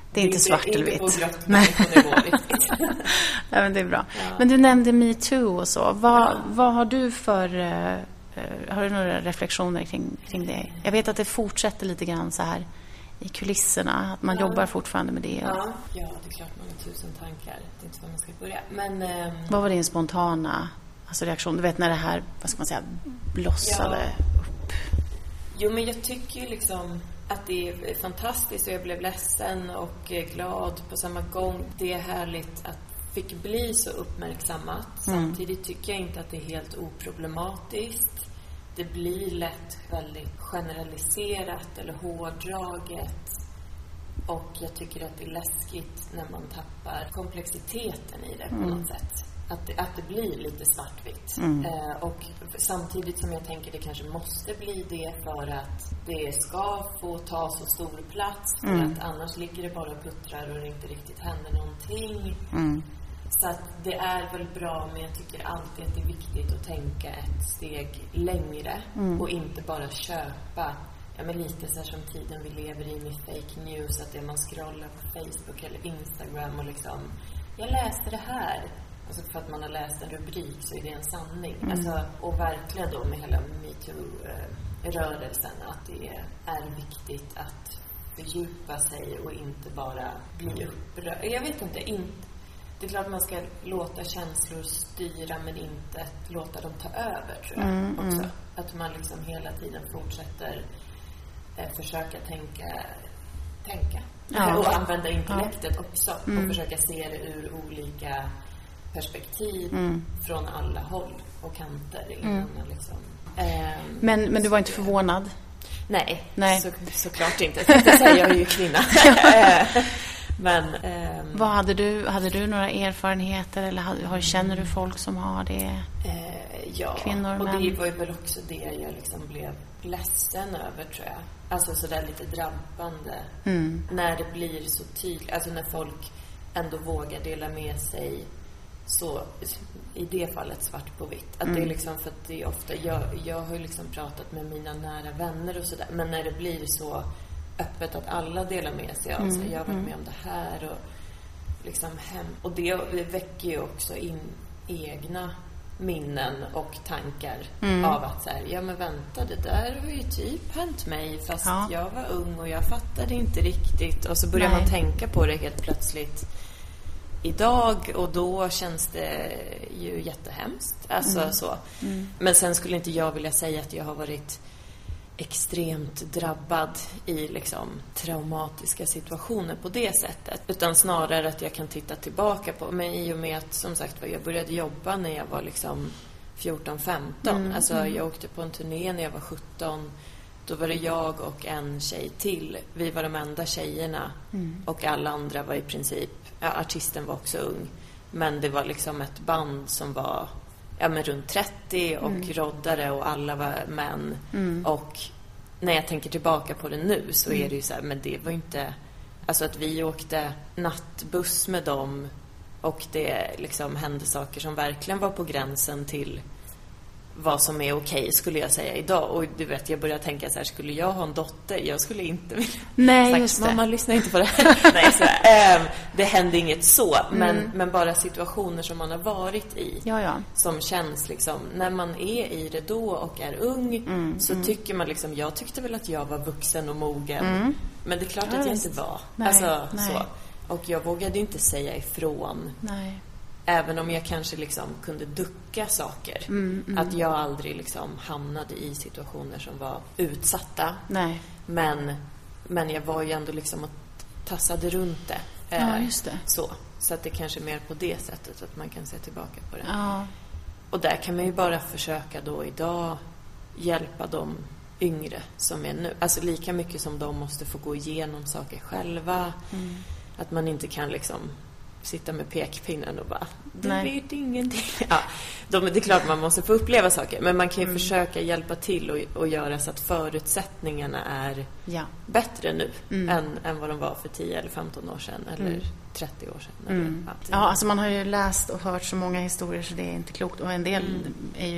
Det är inte svart eller vitt. Inte på grött människonivå riktigt. Ja, men det är bra. Ja. Men du nämnde MeToo och så. Vad, ja. vad har du för... Uh, har du några reflektioner kring, kring det? Jag vet att det fortsätter lite grann så här i kulisserna. Att man ja. jobbar fortfarande med det. Och... Ja. ja, det är klart man har tusen tankar. Det är inte var man ska börja. Men, um... vad var din spontana alltså, reaktion? Du vet när det här, vad ska man säga, blossade ja. upp. Jo, men jag tycker liksom... att det är fantastiskt och jag blev ledsen och glad på samma gång. Det är härligt att fick bli så uppmärksammat. Mm. Samtidigt tycker jag inte att det är helt oproblematiskt. Det blir lätt väldigt generaliserat eller hårdraget. Och jag tycker att det är läskigt när man tappar komplexiteten i det på mm. något sätt. Att det, att det blir lite svartvitt. Mm. Eh, och samtidigt som jag tänker det kanske måste bli det för att det ska få ta så stor plats. För mm. att annars ligger det bara och puttrar och det inte riktigt händer någonting. Mm. Så att det är väl bra, men jag tycker alltid att det är viktigt att tänka ett steg längre. Mm. Och inte bara köpa, ja, men lite så här som tiden vi lever i med fake news. Att det man scrollar på Facebook eller Instagram och liksom, jag läste det här. Alltså för att man har läst en rubrik så är det en sanning. Mm. Alltså, och verkligen då med hela MeToo-rörelsen att det är viktigt att fördjupa sig och inte bara bli upprörd. Jag vet inte, inte, det är klart man ska låta känslor styra men inte låta dem ta över, tror jag mm, också. Mm. Att man liksom hela tiden fortsätter eh, försöka tänka, tänka. Ja. Och använda intellektet ja. också mm. och försöka se det ur olika perspektiv mm. från alla håll och kanter innan mm. liksom, ähm, men, men du var inte förvånad? Nej, Nej. Så, såklart inte. Jag tänkte säga, jag är ju kvinna. Men, ähm, vad hade du, hade du några erfarenheter eller har, känner du folk som har det? Äh, ja, kvinnor, och män? Det var ju väl också det jag liksom blev ledsen över, tror jag. Alltså sådär lite drabbande. Mm. När det blir så tydligt, alltså när folk ändå vågar dela med sig. Så i det fallet svart på vitt. Att mm. det är liksom för att det är ofta, jag, jag har ju liksom pratat med mina nära vänner och sådär. Men när det blir så öppet att alla delar med sig av mm. sig. Jag har varit med om det här och liksom hem. Och det väcker ju också in egna minnen och tankar mm. av att så här, ja men vänta, det där har ju typ hänt mig fast ja. jag var ung och jag fattade inte riktigt. Och så börjar Nej. man tänka på det helt plötsligt idag och då känns det ju jättehemskt. Alltså mm. så. Mm. Men sen skulle inte jag vilja säga att jag har varit extremt drabbad i liksom traumatiska situationer på det sättet. Utan snarare att jag kan titta tillbaka på. Men i och med att som sagt jag började jobba när jag var liksom fjorton femton. Mm. Alltså jag åkte på en turné när jag var sjutton. Då var det jag och en tjej till. Vi var de enda tjejerna. Mm. Och alla andra var i princip... Ja, artisten var också ung. Men det var liksom ett band som var ja, men runt trettio och mm. roddare och alla var män. Mm. Och när jag tänker tillbaka på det nu så mm. är det ju så här, men det var ju inte... Alltså att vi åkte nattbuss med dem och det liksom hände saker som verkligen var på gränsen till vad som är okej, skulle jag säga idag. Och du vet, jag börjar tänka så här, skulle jag ha en dotter? Jag skulle inte vilja... Nej, sagt, just det. Mamma, lyssna inte på det. Nej, så här, äh, det hände inget så. Men, mm. men bara situationer som man har varit i. Ja, ja. Som känns liksom, när man är i det då och är ung mm, så mm. tycker man liksom, jag tyckte väl att jag var vuxen och mogen. Mm. Men det är klart ja, att jag inte var. Nej, alltså, nej. Så. Och jag vågade inte säga ifrån. Nej. Även om jag kanske liksom kunde ducka saker. Mm, mm. Att jag aldrig liksom hamnade i situationer som var utsatta. Nej. Men, men jag var ju ändå liksom och tassade runt det. Ja, just det. Så, så att det kanske är mer på det sättet att man kan se tillbaka på det. Ja. Och där kan man ju bara försöka då idag hjälpa de yngre som är nu. Alltså lika mycket som de måste få gå igenom saker själva. Mm. Att man inte kan liksom... sitta med pekpinnen och bara du Nej. vet ingenting. Ja, de, det är klart man måste få uppleva saker, men man kan ju mm. försöka hjälpa till och, och göra så att förutsättningarna är ja. bättre nu mm. än, än vad de var för tio eller femton år sedan eller mm. trettio år sedan. Mm. Eller, ja, ja, alltså man har ju läst och hört så många historier så det är inte klokt. Och en del mm. är ju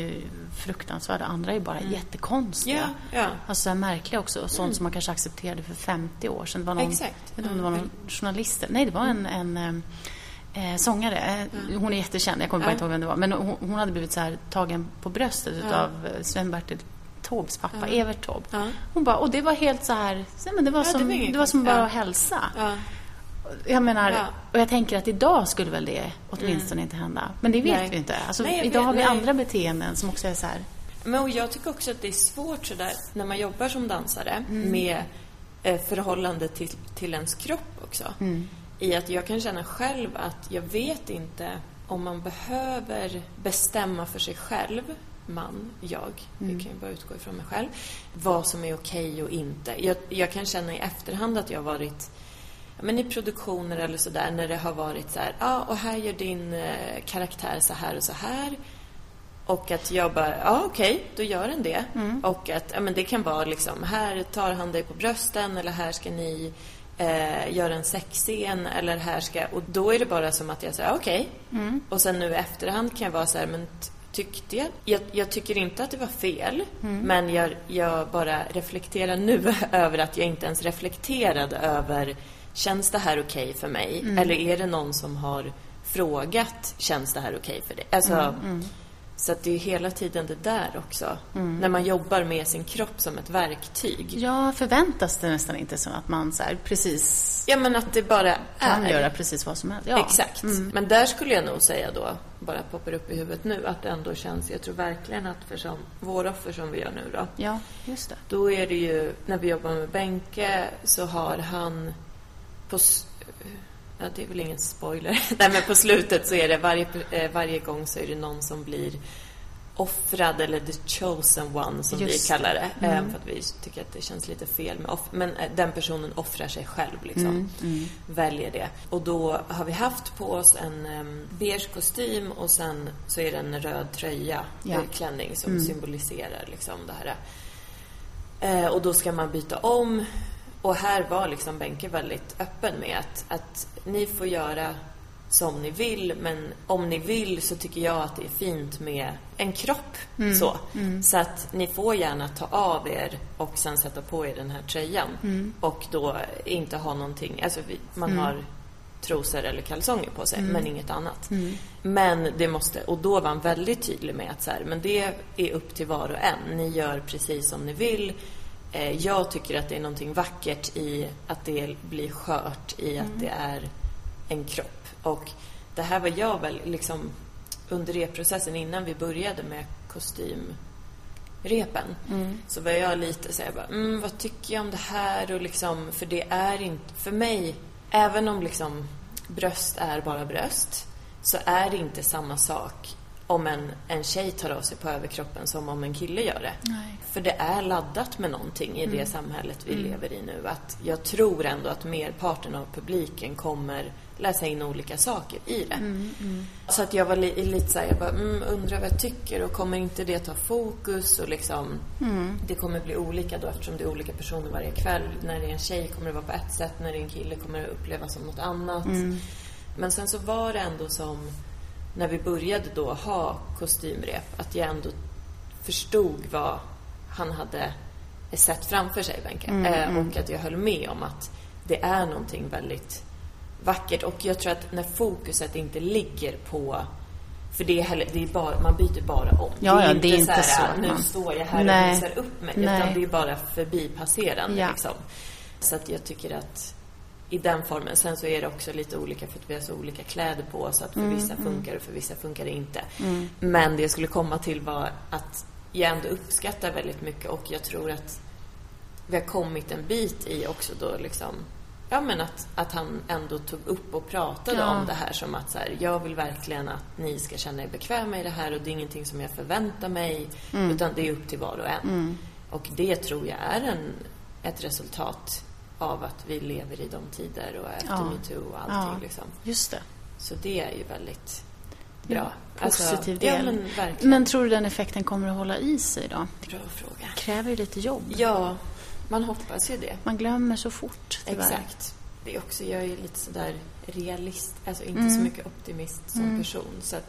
fruktansvärda. Andra är bara mm. jättekonstiga. Ja, ja. Alltså så här märkliga också. Sånt mm. som man kanske accepterade för femtio år sedan. Det var någon, Exakt. Jag vet inte om det var någon journalist. Nej, det var en, en eh, sångare. Mm. Hon är jättekänd. Jag kommer bara inte ihåg vem det var. Men hon, hon hade blivit så här tagen på bröstet ja. av Sven-Bertil Taubes pappa, ja. Evert Taube. Ja. Hon bara, och det var helt så här, men det var ja, som, det var, det var som bara ja. att hälsa. Ja. Jag menar, ja. och jag tänker att idag skulle väl det åtminstone mm. inte hända. Men det vet nej. vi inte. Alltså, nej, idag vet, har vi nej. andra beteenden som också är så här. Men och jag tycker också att det är svårt så där, när man jobbar som dansare mm. med eh, förhållande till, till ens kropp också. Mm. I att jag kan känna själv att jag vet inte om man behöver bestämma för sig själv, man, jag, mm. vi kan ju bara utgå ifrån mig själv, vad som är okej och inte. Jag, jag kan känna i efterhand att jag har varit men i produktioner eller så där när det har varit så här, ja, ah, och här gör din eh, karaktär så här och så här. Och att jag bara, ja ah, okej, okay, då gör den det. Mm. Och att, ja men det kan vara liksom, här tar han dig på brösten eller här ska ni eh, göra en sexscen eller här ska, och då är det bara som att jag säger, okej. Okay. Mm. Och sen nu i efterhand kan jag vara så här, men tyckte jag, jag, jag tycker inte att det var fel, mm. men jag, jag bara reflekterar nu över att jag inte ens reflekterade över, känns det här okej okay för mig? Mm. Eller är det någon som har frågat, känns det här okej okay för dig? Alltså, mm. Mm. Så att det är hela tiden det där också. Mm. När man jobbar med sin kropp som ett verktyg. Ja, förväntas det nästan inte som att man så här, precis... Ja, men att det bara kan är. göra precis vad som helst. Ja. Exakt. Mm. Men där skulle jag nog säga då, bara poppar upp i huvudet nu, att det ändå känns, jag tror verkligen att för som, våra offer som vi gör nu då. Ja, just det. Då är det ju, när vi jobbar med Benke så har han på... Ja, det är väl ingen spoiler. Nej, men på slutet så är det varje, varje gång så är det någon som blir offrad eller the chosen one som just vi kallar det. Mm. För att vi tycker att det känns lite fel med off- men den personen offrar sig själv liksom. Mm. Mm. Väljer det. Och då har vi haft på oss en um, beige kostym och sen så är det en röd tröja, ja. klänning som mm. symboliserar liksom det här. Uh, och då ska man byta om. Och här var liksom Benke väldigt öppen med att, att ni får göra som ni vill, men om ni vill så tycker jag att det är fint med en kropp. Mm. Så. Mm. Så att ni får gärna ta av er och sen sätta på er den här tröjan. Mm. Och då inte ha någonting, alltså vi, man mm. har trosor eller kalsonger på sig, mm. men inget annat. Mm. Men det måste, och då var han väldigt tydlig med att så här, men det är upp till var och en. Ni gör precis som ni vill. Jag tycker att det är någonting vackert i att det blir skört i att mm. det är en kropp. Och det här var jag väl liksom under repprocessen innan vi började med kostymrepen. Mm. Så var jag lite så här, bara, mm, vad tycker jag om det här? Och liksom, för det är inte, för mig, även om liksom bröst är bara bröst, så är det inte samma sak om en, en tjej tar av sig på överkroppen som om en kille gör det. Nej. För det är laddat med någonting i mm. det samhället vi mm. lever i nu. Att jag tror ändå att merparten av publiken kommer läsa in olika saker i det. Mm. Mm. Så att jag var li, lite så här, jag bara, mm, undrar vad jag tycker och kommer inte det ta fokus och liksom, mm. det kommer bli olika då eftersom det är olika personer varje kväll. När det är en tjej kommer det vara på ett sätt, när det är en kille kommer det upplevas som något annat. Mm. Men sen så var det ändå som när vi började då ha kostymrep, att jag ändå förstod vad han hade sett framför sig, Benke. Mm, mm. Och att jag höll med om att det är någonting väldigt vackert. Och jag tror att när fokuset inte ligger på, för det är, heller, det är bara, man byter bara om. Ja, det är ja, inte, det är inte så, här, så nu man... står jag här Nej. och visar upp mig. Nej. Utan det är bara förbipasserande. Ja. Liksom. Så att jag tycker att i den formen. Sen så är det också lite olika för att vi har så olika kläder på oss, att för mm, vissa funkar och för vissa funkar det inte. Mm. Men det jag skulle komma till var att jag ändå uppskattar väldigt mycket, och jag tror att vi har kommit en bit i också då liksom, ja men att, att han ändå tog upp och pratade ja. om det här som att så här, jag vill verkligen att ni ska känna er bekväma i det här och det är ingenting som jag förväntar mig mm. utan det är upp till var och en. Mm. Och det tror jag är en, ett resultat av att vi lever i de tider och efter ja. MeToo och allting. Ja. Liksom. Just det. Så det är ju väldigt bra. Ja, positiv alltså, del. Ja, men, verkligen. Men tror du den effekten kommer att hålla i sig då? Bra fråga. Kräver ju lite jobb. Ja, man hoppas ju det. Man glömmer så fort, tyvärr. Exakt. Det är också, jag är ju lite sådär realist, alltså inte mm. så mycket optimist som mm. person. Så att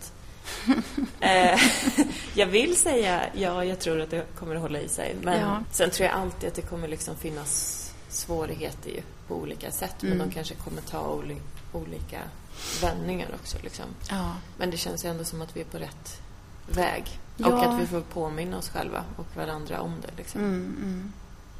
eh, jag vill säga ja, jag tror att det kommer att hålla i sig. Men ja. Sen tror jag alltid att det kommer liksom finnas svårigheter ju på olika sätt. Men mm. de kanske kommer ta oli- olika vändningar också. Liksom. Ja. Men det känns ju ändå som att vi är på rätt väg. Ja. Och att vi får påminna oss själva och varandra om det. Liksom. Mm, mm.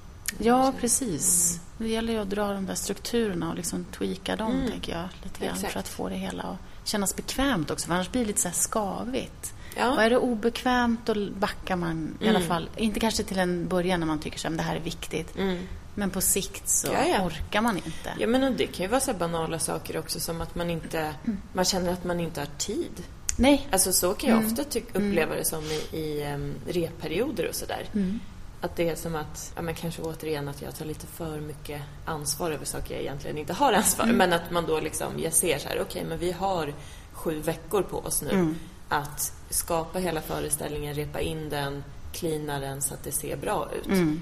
Ja, precis. Mm. Det gäller ju att dra de där strukturerna och liksom tweaka dem, mm. tänker jag. Lite grann, för att få det hela att kännas bekvämt också. För annars blir det lite så här skavigt. Ja. Och är det obekvämt, då backar man mm. i alla fall. Inte kanske till en början när man tycker att det här är viktigt. Mm. Men på sikt så ja, ja. orkar man inte. Ja, men det kan ju vara så banala saker också, som att man inte mm. man känner att man inte har tid. Nej. Alltså så kan jag mm. ofta ty- uppleva det som i, i um, repperioder och sådär. Mm. Att det är som att, ja men kanske återigen att jag tar lite för mycket ansvar över saker jag egentligen inte har ansvar. Mm. Men att man då liksom, jag ser så här, okej okay, men vi har sju veckor på oss nu mm. att skapa hela föreställningen, repa in den, cleana den så att det ser bra ut. Mm.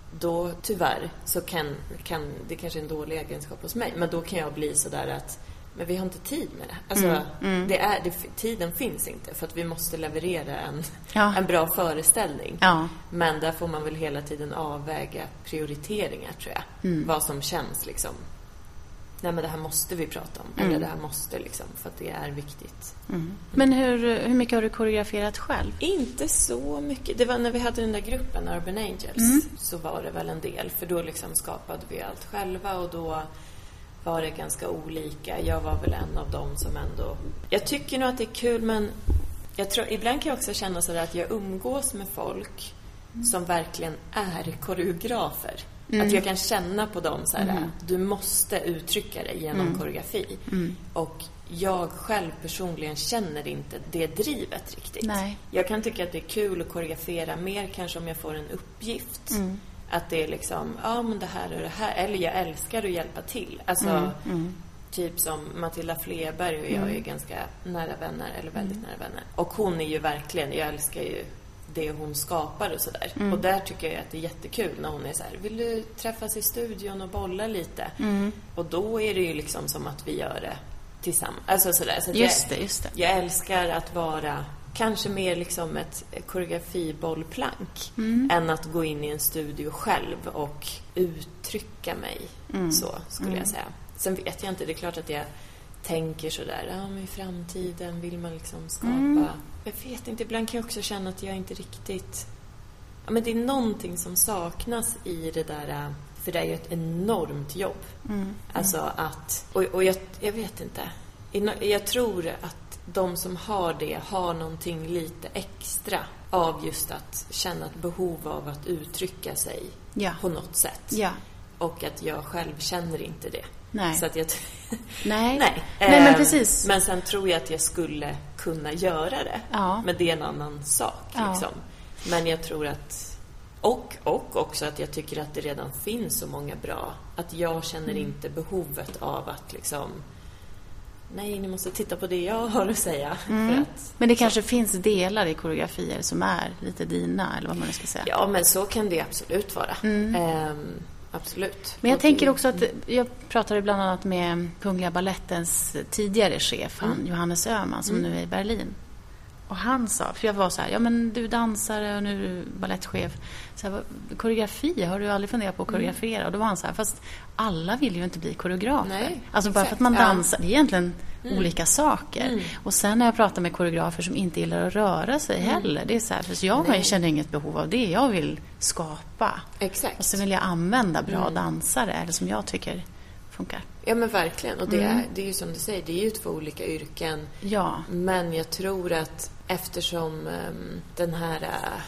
Då tyvärr så kan, kan det kanske är en dålig egenskap hos mig, men då kan jag bli så där att men vi har inte tid med det. Alltså, mm, mm. Det är, det, tiden finns inte för att vi måste leverera en, ja. en bra föreställning. Ja. Men där får man väl hela tiden avväga prioriteringar, tror jag. Mm. Vad som känns liksom. Nej, men det här måste vi prata om. Mm. Eller det här måste liksom, för att det är viktigt. Mm. Mm. Men hur, hur mycket har du koreograferat själv? Inte så mycket. Det var när vi hade den där gruppen Urban Angels mm. så var det väl en del. För då liksom skapade vi allt själva och då var det ganska olika. Jag var väl en av dem som ändå... Jag tycker nog att det är kul, men jag tror, ibland kan jag också känna så där att jag umgås med folk mm. som verkligen är koreografer. Mm. Att jag kan känna på dem så här, mm. du måste uttrycka dig genom mm. koreografi. Mm. Och jag själv personligen känner inte det drivet riktigt. Nej. Jag kan tycka att det är kul att koreografera mer, kanske om jag får en uppgift. Mm. Att det är liksom, ja men det här och det här. Eller jag älskar att hjälpa till. Alltså, mm. Mm. typ som Matilda Fleberg och jag mm. är ganska nära vänner, eller väldigt mm. nära vänner. Och hon är ju verkligen, jag älskar ju det hon skapar och sådär. Mm. Och där tycker jag att det är jättekul när hon är så här, vill du träffas i studion och bolla lite? Mm. Och då är det ju liksom som att vi gör det tillsammans. Alltså sådär. Så just jag, det, just det. Jag älskar att vara kanske mer liksom ett koreografibollplank mm. än att gå in i en studio själv och uttrycka mig. Mm. Så skulle mm. jag säga. Sen vet jag inte, det är klart att jag tänker sådär, ja men i framtiden vill man liksom skapa. Mm. Jag vet inte, ibland kan jag också känna att jag inte riktigt... Ja, men det är någonting som saknas i det där, för det är ju ett enormt jobb. Mm. Alltså att, och, och jag, jag vet inte, jag tror att de som har det har någonting lite extra av just att känna ett behov av att uttrycka sig ja. på något sätt. Ja. Och att jag själv känner inte det. Nej. Så att jag t- Nej. Nej. Nej, men precis. Men sen tror jag att jag skulle kunna göra det. Ja. Men det är en annan sak ja. liksom. Men jag tror att och, och också att jag tycker att det redan finns så många bra. Att jag känner mm. inte behovet av att liksom nej, ni måste titta på det jag har att säga. Mm. För att, men det kanske så. finns delar i koreografier som är lite dina, eller vad man ska säga. Ja, men så kan det absolut vara. Mm. Ehm, absolut. Men jag och tänker också att, jag pratade bland annat med Kungliga Ballettens tidigare chef, han, mm. Johannes Öhman, som mm. nu är i Berlin. Och han sa, för jag var så här, ja men du dansare och nu är du ballettchef. Så här, koreografi, har du aldrig funderat på att koreografera? Mm. Och då var han så här, fast alla vill ju inte bli koreografer. Nej, alltså bara exakt. För att man dansar, det är egentligen mm. olika saker. Mm. Och sen när jag pratar med koreografer som inte gillar att röra sig mm. heller, det är så här, för jag Nej. känner inget behov av det. Jag vill skapa. Exakt. Och så vill jag använda bra mm. dansare, eller som jag tycker funkar. Ja, men verkligen. Och det, mm. är, det är ju som du säger, det är ju två olika yrken. Ja. Men jag tror att eftersom um, den här uh,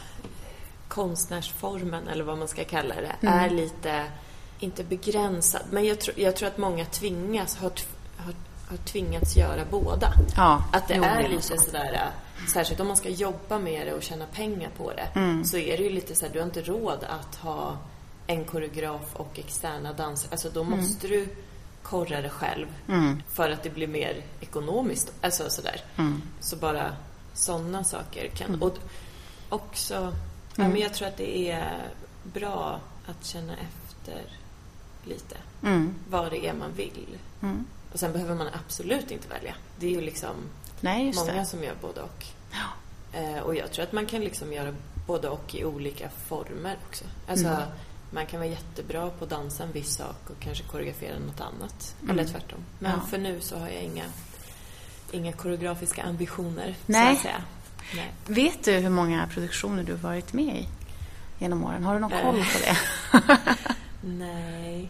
konstnärsformen, eller vad man ska kalla det, mm. är lite, inte begränsad. Men jag, tro, jag tror att många tvingas, har, har, har tvingats göra båda. Ja. Att det jo, är det lite sådär, uh, särskilt om man ska jobba med det och tjäna pengar på det, mm. så är det ju lite så här, du har inte råd att ha en koreograf och externa dansare. Alltså då måste mm. du korra det själv mm. för att det blir mer ekonomiskt. Alltså sådär. Mm. Så bara sådana saker kan... Mm. Och också... Mm. Ja, men jag tror att det är bra att känna efter lite. Mm. Vad det är man vill. Mm. Och sen behöver man absolut inte välja. Det är ju liksom... Nej, just Många det. som gör både och. Ja. Eh, och jag tror att man kan liksom göra både och i olika former också. Alltså, mm. man kan vara jättebra på att dansa en viss sak och kanske koreografera något annat. Mm. Eller tvärtom. Men ja. för nu så har jag inga, inga koreografiska ambitioner, Nej. så att säga. Nej. Vet du hur många produktioner du har varit med i genom åren? Har du någon koll på det? Nej.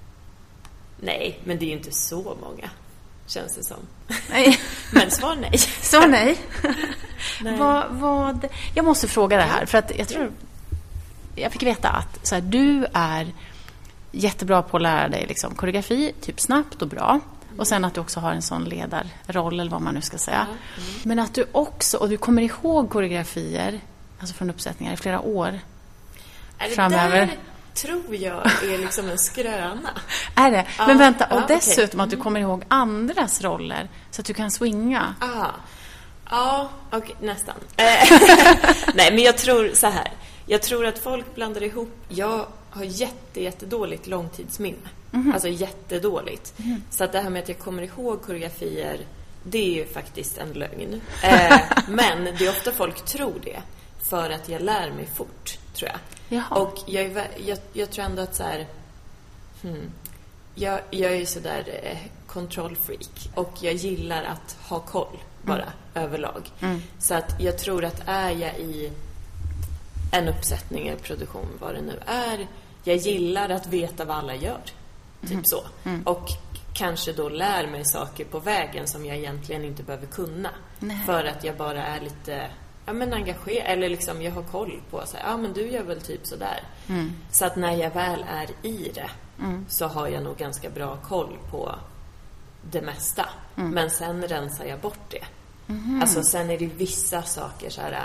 Nej, men det är ju inte så många, känns det som. Nej. Men svar nej. Svar nej. nej. Vad, vad, jag måste fråga det här, för att jag tror... Jag fick veta att så här, du är jättebra på att lära dig liksom, koreografi, typ snabbt och bra. Mm. Och sen att du också har en sån ledarroll, eller vad man nu ska säga. Mm. Mm. Men att du också, och du kommer ihåg koreografier, alltså från uppsättningar i flera år är det framöver. Där tror jag är liksom en skröna. Är det? Ja, men vänta, och ja, dessutom okay. att du kommer ihåg andras roller, så att du kan swinga. Aha. Ja, okej, okay, nästan. Nej, men jag tror så här. Jag tror att folk blandar ihop. Jag har jätte, jättedåligt långtidsminne. Mm-hmm. Alltså jättedåligt. Mm-hmm. Så att det här med att jag kommer ihåg koreografier, det är ju faktiskt en lögn. eh, men det är ofta folk tror det. För att jag lär mig fort, tror jag. Jaha. Och jag, är, jag, jag tror ändå att så här... Hmm, jag, jag är ju sådär eh, kontrollfreak. Och jag gillar att ha koll bara, mm. överlag. Mm. Så att jag tror att är jag i... en uppsättning eller produktion, vad det nu är. Jag gillar att veta vad alla gör. Typ mm. så. Mm. Och kanske då lär mig saker på vägen som jag egentligen inte behöver kunna. Nej. För att jag bara är lite ja, men engagerad. Eller liksom jag har koll på så här, ja men du gör väl typ sådär. Mm. Så att när jag väl är i det mm. så har jag nog ganska bra koll på det mesta. Mm. Men sen rensar jag bort det. Mm. Alltså sen är det vissa saker så här...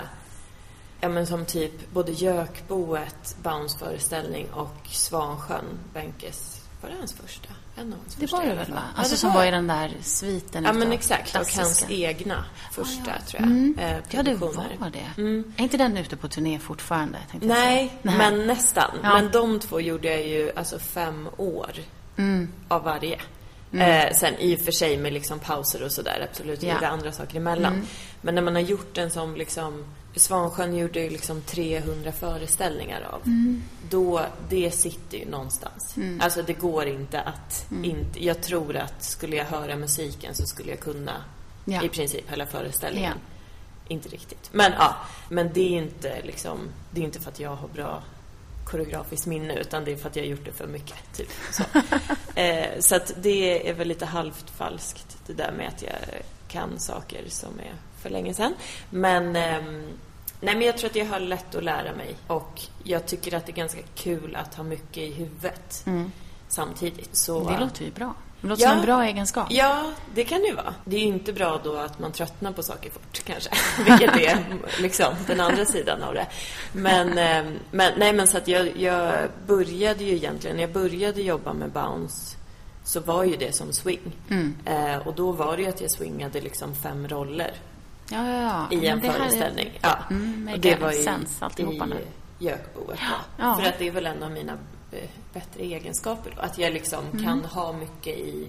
Ja, men som typ både Jökboet, Bounce-föreställning och Svansjön, Bänkes, var det hans första? En av hans det första var det väl, va? Alltså ja, som var... var i den där sviten. Ja, men exakt. Klassiska. Och hans egna första, ah, ja. tror jag. Mm. Eh, ja, det var det. Mm. Är inte den ute på turné fortfarande? Nej, Nej, men nästan. Ja. Men de två gjorde jag ju alltså fem år mm. av varje. Mm. Eh, sen i och för sig med liksom pauser och sådär, absolut, ja. det andra saker emellan. Mm. Men när man har gjort en som liksom... Svansjön gjorde ju liksom trehundra föreställningar av. Mm. Då, det sitter ju någonstans. Mm. Alltså det går inte att mm. inte, jag tror att skulle jag höra musiken så skulle jag kunna ja. i princip hela föreställningen. Ja. Inte riktigt. Men ja, men det är inte liksom, det är inte för att jag har bra koreografiskt minne, utan det är för att jag har gjort det för mycket typ. Så, eh, så att det är väl lite halvt falskt det där med att jag kan saker som är för länge sedan. Men ehm, nej, men jag tror att jag har lätt att lära mig. Och jag tycker att det är ganska kul att ha mycket i huvudet mm. samtidigt. Så, det låter ju bra. Det låter ja, som en bra egenskap. Ja, det kan det ju vara. Det är ju inte bra då att man tröttnar på saker fort, kanske. Vilket är liksom den andra sidan av det. Men, ehm, men, nej, men så att jag, jag började ju egentligen, när jag började jobba med Bounce så var ju det som swing. Mm. Eh, och då var det ju att jag swingade liksom fem roller. Ja, ja, ja. I en föreställning. Är... Ja. Mm, och det var ju sens, i Jökboet. Ja. Ja. För att det är väl en av mina bättre egenskaper då. Att jag liksom mm. kan ha mycket i,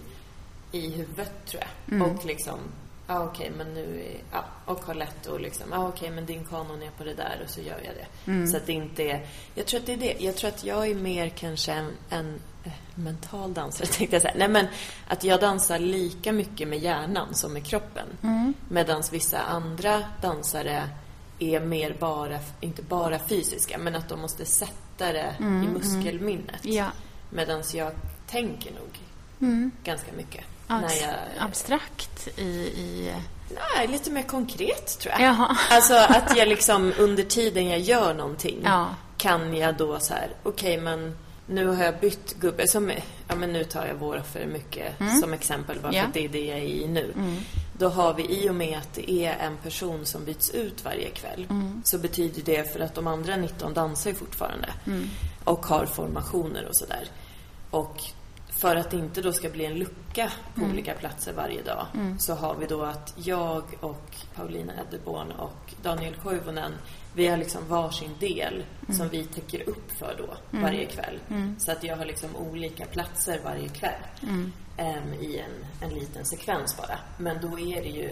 i huvudet, tror jag. Mm. Och liksom, ja okej, okay, men nu är, ja, och har lätt och liksom, ja okej, okay, men din kanon är på det där och så gör jag det. Mm. Så att det inte är, jag tror att det är det. Jag tror att jag är mer kanske en, en mental dansare, tänkte jag säga. Nej, men att jag dansar lika mycket med hjärnan som med kroppen. Mm. Medan vissa andra dansare är mer bara, inte bara fysiska, men att de måste sätta det mm. i muskelminnet. Mm. Ja. Medan jag tänker nog mm. ganska mycket. Abs- när jag, abstrakt i... i... Nej, lite mer konkret, tror jag. Jaha. Alltså att jag liksom under tiden jag gör någonting ja. kan jag då så här, okej, okay, men nu har jag bytt gubbe som är, ja men nu tar jag våra för mycket mm. som exempel, bara för ja. att det är det jag är i nu. Mm. Då har vi, i och med att det är en person som byts ut varje kväll, mm. så betyder det, för att de andra nitton dansar ju fortfarande mm. och har formationer och sådär. Och för att det inte då ska bli en lucka på mm. olika platser varje dag mm. så har vi då att jag och Paulina Edderborn och Daniel Koivunen, vi har liksom varsin del mm. som vi täcker upp för då mm. varje kväll. Mm. Så att jag har liksom olika platser varje kväll mm. äm, i en, en liten sekvens bara. Men då är det ju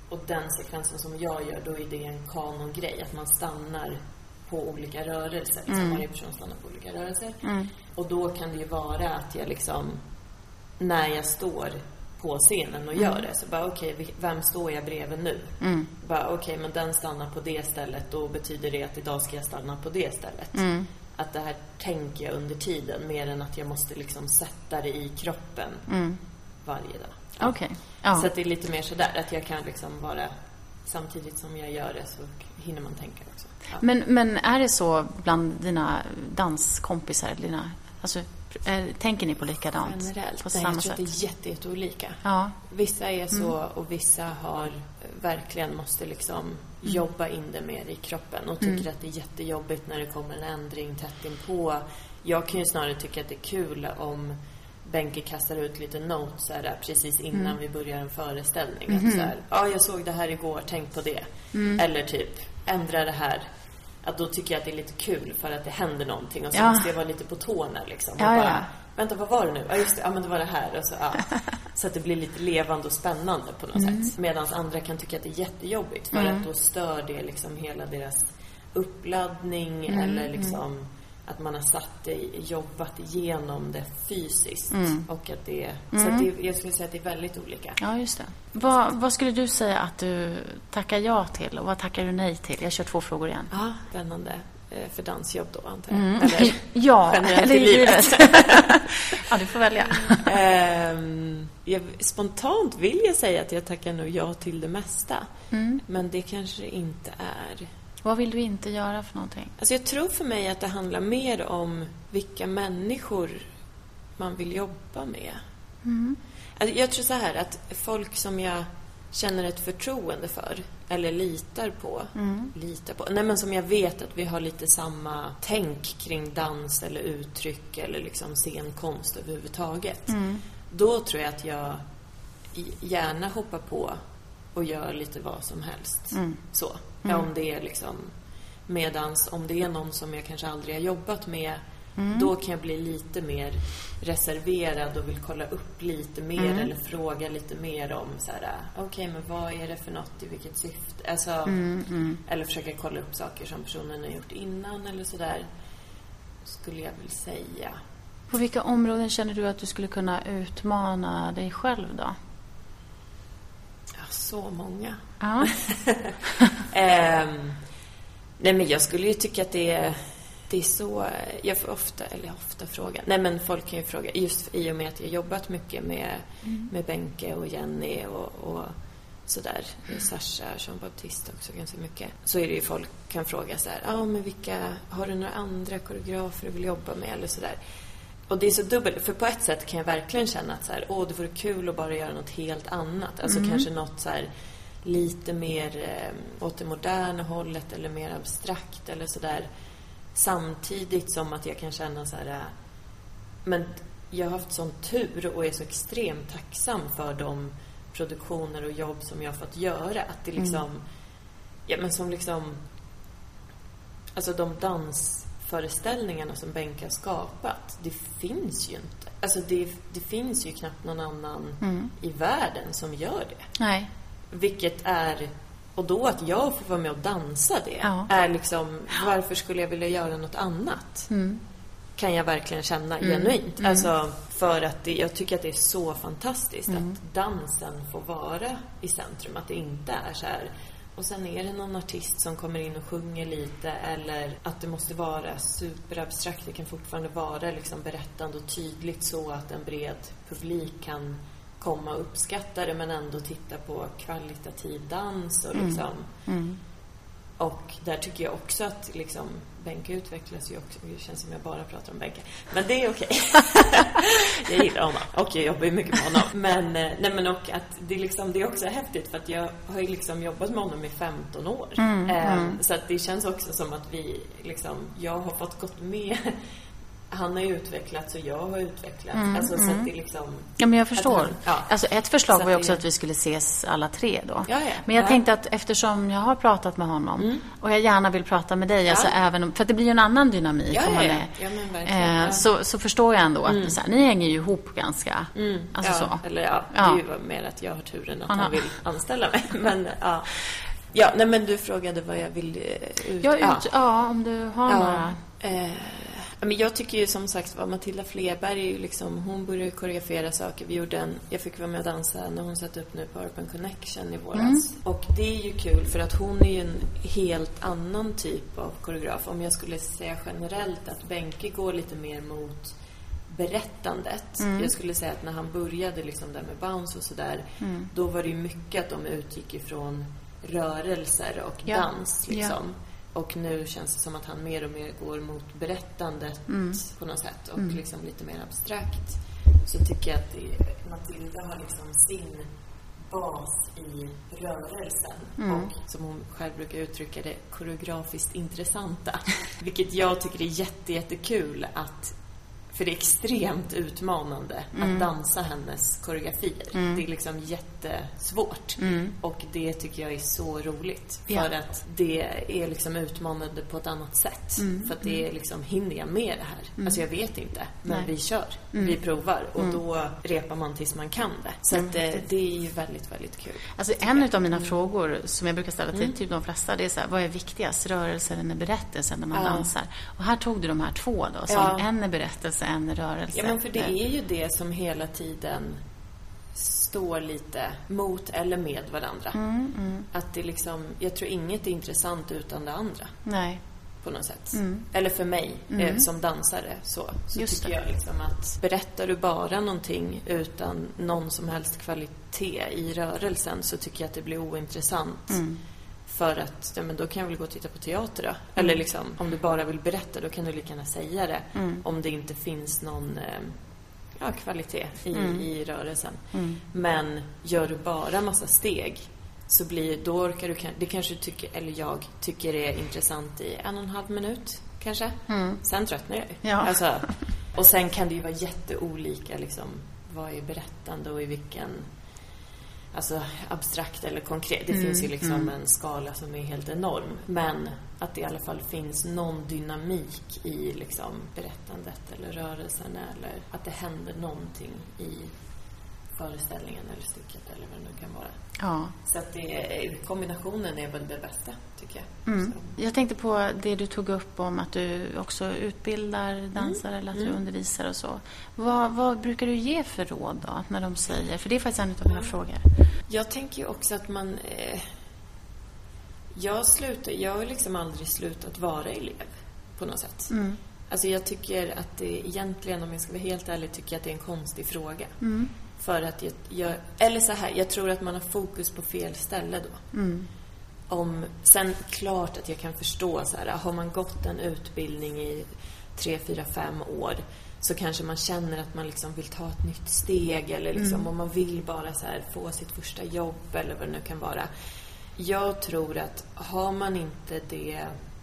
och den sekvensen som jag gör, då är det en kanongrej. Att man stannar på olika rörelser. Liksom mm. varje person stannar på olika rörelser. Mm. Och då kan det ju vara att jag liksom, när jag står på scenen och gör mm. det, så bara okej, okay, vem står jag bredvid nu? Mm. Bara okej, okay, men den stannar på det stället, då betyder det att idag ska jag stanna på det stället. Mm. Att det här tänker jag under tiden, mer än att jag måste liksom sätta det i kroppen mm. varje dag. Ja. Okay. Ja. Så att det är lite mer sådär, att jag kan liksom vara, samtidigt som jag gör det så hinner man tänka också. Ja. Men, men är det så bland dina danskompisar, dina, alltså, är, tänker ni på likadant? Generellt, på nej, samma jag tror sätt? att det är jätte, jätte olika. Ja. Vissa är så mm. och vissa har verkligen måste liksom mm. jobba in det mer i kroppen och tycker mm. att det är jättejobbigt när det kommer en ändring tätt inpå. Jag kan ju snarare tycka att det är kul om Benke kastar ut lite notes så här, precis innan mm. vi börjar en föreställning. Mm. Att så här, ja, jag såg det här igår, tänk på det. Mm. Eller typ, ändra det här. Att då tycker jag att det är lite kul för att det händer någonting. Och så ja. måste jag vara lite på tårna liksom. Och ja, bara, ja. vänta, vad var det nu? Ja, just det, ja, men det var det här. Och så, ja. Så att det blir lite levande och spännande på något mm. sätt. Medan andra kan tycka att det är jättejobbigt. För mm. att då stör det liksom hela deras uppladdning. Mm. Eller liksom... Mm. att man har satt det, jobbat igenom det fysiskt. Mm. Och att det, mm. så att det, jag skulle säga att det är väldigt olika. Ja, just det. Vad, vad skulle du säga att du tackar ja till och vad tackar du nej till? Jag kör två frågor igen. Ja, spännande. För dansjobb då, antar jag. Mm. Eller ja, generellt i livet. Ja, du får välja. um, jag, spontant vill jag säga att jag tackar nog ja till det mesta. Mm. Men det kanske inte är... Vad vill du inte göra för någonting? Alltså jag tror för mig att det handlar mer om vilka människor man vill jobba med. Mm. Alltså jag tror så här att folk som jag känner ett förtroende för eller litar på, mm. litar på, nej men som jag vet att vi har lite samma tänk kring dans eller uttryck eller liksom scenkonst överhuvudtaget. Mm. Då tror jag att jag gärna hoppar på och gör lite vad som helst. Mm. Så. Ja, om det är liksom medans, om det är någon som jag kanske aldrig har jobbat med, mm. då kan jag bli lite mer reserverad och vill kolla upp lite mer mm. eller fråga lite mer om så här, okej, okay, men vad är det för något, i vilket syfte, alltså, mm. Mm. eller försöka kolla upp saker som personen har gjort innan eller sådär, skulle jag väl säga. På vilka områden känner du att du skulle kunna utmana dig själv då? Så många. Ja. um, nej men jag skulle ju tycka att det är, det är så, jag får ofta, eller ofta fråga, nej men folk kan ju fråga, just i och med att jag jobbat mycket med, mm. med Benke och Jenny och, och sådär, mm. Sasha, Jean-Baptiste också ganska mycket, så är det ju folk kan fråga så här, ja ah, men vilka, har du några andra koreografer du vill jobba med eller sådär. Och det är så dubbelt, för på ett sätt kan jag verkligen känna att så här, åh, det vore kul att bara göra något helt annat. Alltså mm. kanske något så här lite mer eh, åt det moderna hållet eller mer abstrakt eller sådär. Samtidigt som att jag kan känna så här, äh, men jag har haft sån tur och är så extremt tacksam för de produktioner och jobb som jag har fått göra. Att det liksom, mm. ja men som liksom, alltså de dans föreställningarna som Benke har skapat, det finns ju inte. Alltså det, det finns ju knappt någon annan mm. i världen som gör det. Nej. Vilket är, och då att jag får vara med och dansa det, ja. är liksom, varför skulle jag vilja göra något annat? Mm. Kan jag verkligen känna mm. genuint. Mm. Alltså för att det, jag tycker att det är så fantastiskt mm. att dansen får vara i centrum. Att det inte är så här, och sen är det någon artist som kommer in och sjunger lite, eller att det måste vara superabstrakt. Det kan fortfarande vara liksom berättande och tydligt så att en bred publik kan komma och uppskatta det, men ändå titta på kvalitativ dans och liksom mm. Mm. och där tycker jag också att liksom Benke utvecklas ju också. Det känns som jag bara pratar om Benke, men det är okej. Jag gillar honom och jag jobbar ju mycket med honom, men, nej, men och att det, liksom, det är också häftigt för att jag har ju liksom jobbat med honom i femton år mm, mm. så att det känns också som att vi liksom, jag har fått gått med han har utvecklats och jag har utvecklats. Mm, alltså mm. så att det liksom... Ja, men jag förstår. Han, ja. Alltså ett förslag så var ju också det... att vi skulle ses alla tre då. Ja, ja. Men jag ja. tänkte att eftersom jag har pratat med honom mm. och jag gärna vill prata med dig, ja. alltså även om, för att det blir ju en annan dynamik ja, om man ja, är, ja. men verkligen, eh, ja. så, så förstår jag ändå att mm. så här, ni hänger ju ihop ganska mm. alltså ja, så. Eller ja, ja, det är ju mer att jag har turen att han, han vill anställa mig. Men ja, ja nej, men du frågade vad jag vill ut... Ja, ut, ja. ja om du har ja. några... Eh, men jag tycker ju som sagt vad Matilda Flerberg är ju liksom, hon började koreografera saker. Vi gjorde en, jag fick vara med och dansa när hon satt upp nu på Urban Connection i våras. Mm. Och det är ju kul för att hon är ju en helt annan typ av koreograf. Om jag skulle säga generellt att Benke går lite mer mot berättandet. Mm. Jag skulle säga att när han började liksom där med bounce och sådär, mm. då var det ju mycket att de utgick ifrån rörelser och ja. dans liksom. Ja. Och nu känns det som att han mer och mer går mot berättandet mm. på något sätt. Och mm. liksom lite mer abstrakt. Så tycker jag att det, Matilda har liksom sin bas i rörelsen. Mm. Och som hon själv brukar uttrycka det, koreografiskt intressanta. Vilket jag tycker är jätte, jättekul att... För det är extremt utmanande mm. att dansa hennes koreografier. Mm. Det är liksom jättesvårt. Mm. Och det tycker jag är så roligt. För ja. att det är liksom utmanande på ett annat sätt. Mm. För att det är liksom, hinner jag med det här? Mm. Alltså jag vet inte. Men Nej. vi kör. Mm. Vi provar. Och mm. då repar man tills man kan det. Så mm. att det, det är ju väldigt, väldigt kul. Alltså en av mina mm. frågor som jag brukar ställa till mm. typ de flesta, det är så här, vad är viktigast? Rörelsen eller berättelsen när man ja. dansar? Och här tog du de här två då. Som ja. en är berättelse, en rörelse. Ja, men för det är ju det som hela tiden står lite mot eller med varandra. Mm, mm. Att det liksom, jag tror inget är intressant utan det andra. Nej. På något sätt. Mm. Eller för mig mm. eh, som dansare så, så Just tycker det. jag liksom att berättar du bara någonting utan någon som helst kvalitet i rörelsen så tycker jag att det blir ointressant. Mm. För att, ja, men då kan jag väl gå och titta på teater då. Mm. Eller liksom, om du bara vill berätta, då kan du lika gärna säga det. Mm. Om det inte finns någon eh, ja, kvalitet i, mm. i rörelsen. Mm. Men gör du bara massa steg så blir, då orkar du, det kanske du tycker, eller jag tycker är intressant i en och en halv minut kanske. Mm. Sen tröttnar jag ju. Ja. Alltså, och sen kan det ju vara jätteolika liksom, vad är berättande och i vilken... Alltså abstrakt eller konkret. Det mm, finns ju liksom mm. en skala som är helt enorm. Men att det i alla fall finns någon dynamik i liksom berättandet eller rörelsen. Eller att det händer någonting i föreställningen eller stycket eller vad det nu kan vara. Ja. Så att det, kombinationen är väl det bästa, tycker jag. Mm. Jag tänkte på det du tog upp om att du också utbildar dansare mm. eller att du mm. undervisar och så. Vad, vad brukar du ge för råd då när de säger? För det är faktiskt en av mina frågor. Jag tänker ju också att man... Eh, jag, slutar, jag har liksom aldrig slutat vara elev på något sätt. Mm. Alltså jag tycker att det egentligen, om jag ska vara helt ärlig, tycker jag att det är en konstig fråga. Mm. För att jag, jag... Eller så här, jag tror att man har fokus på fel ställe då. Mm. Om, sen klart att jag kan förstå så här, har man gått en utbildning i tre, fyra, fem år så kanske man känner att man liksom vill ta ett nytt steg eller liksom, mm. om man vill bara så här, få sitt första jobb eller vad det nu kan vara. Jag tror att har man inte det,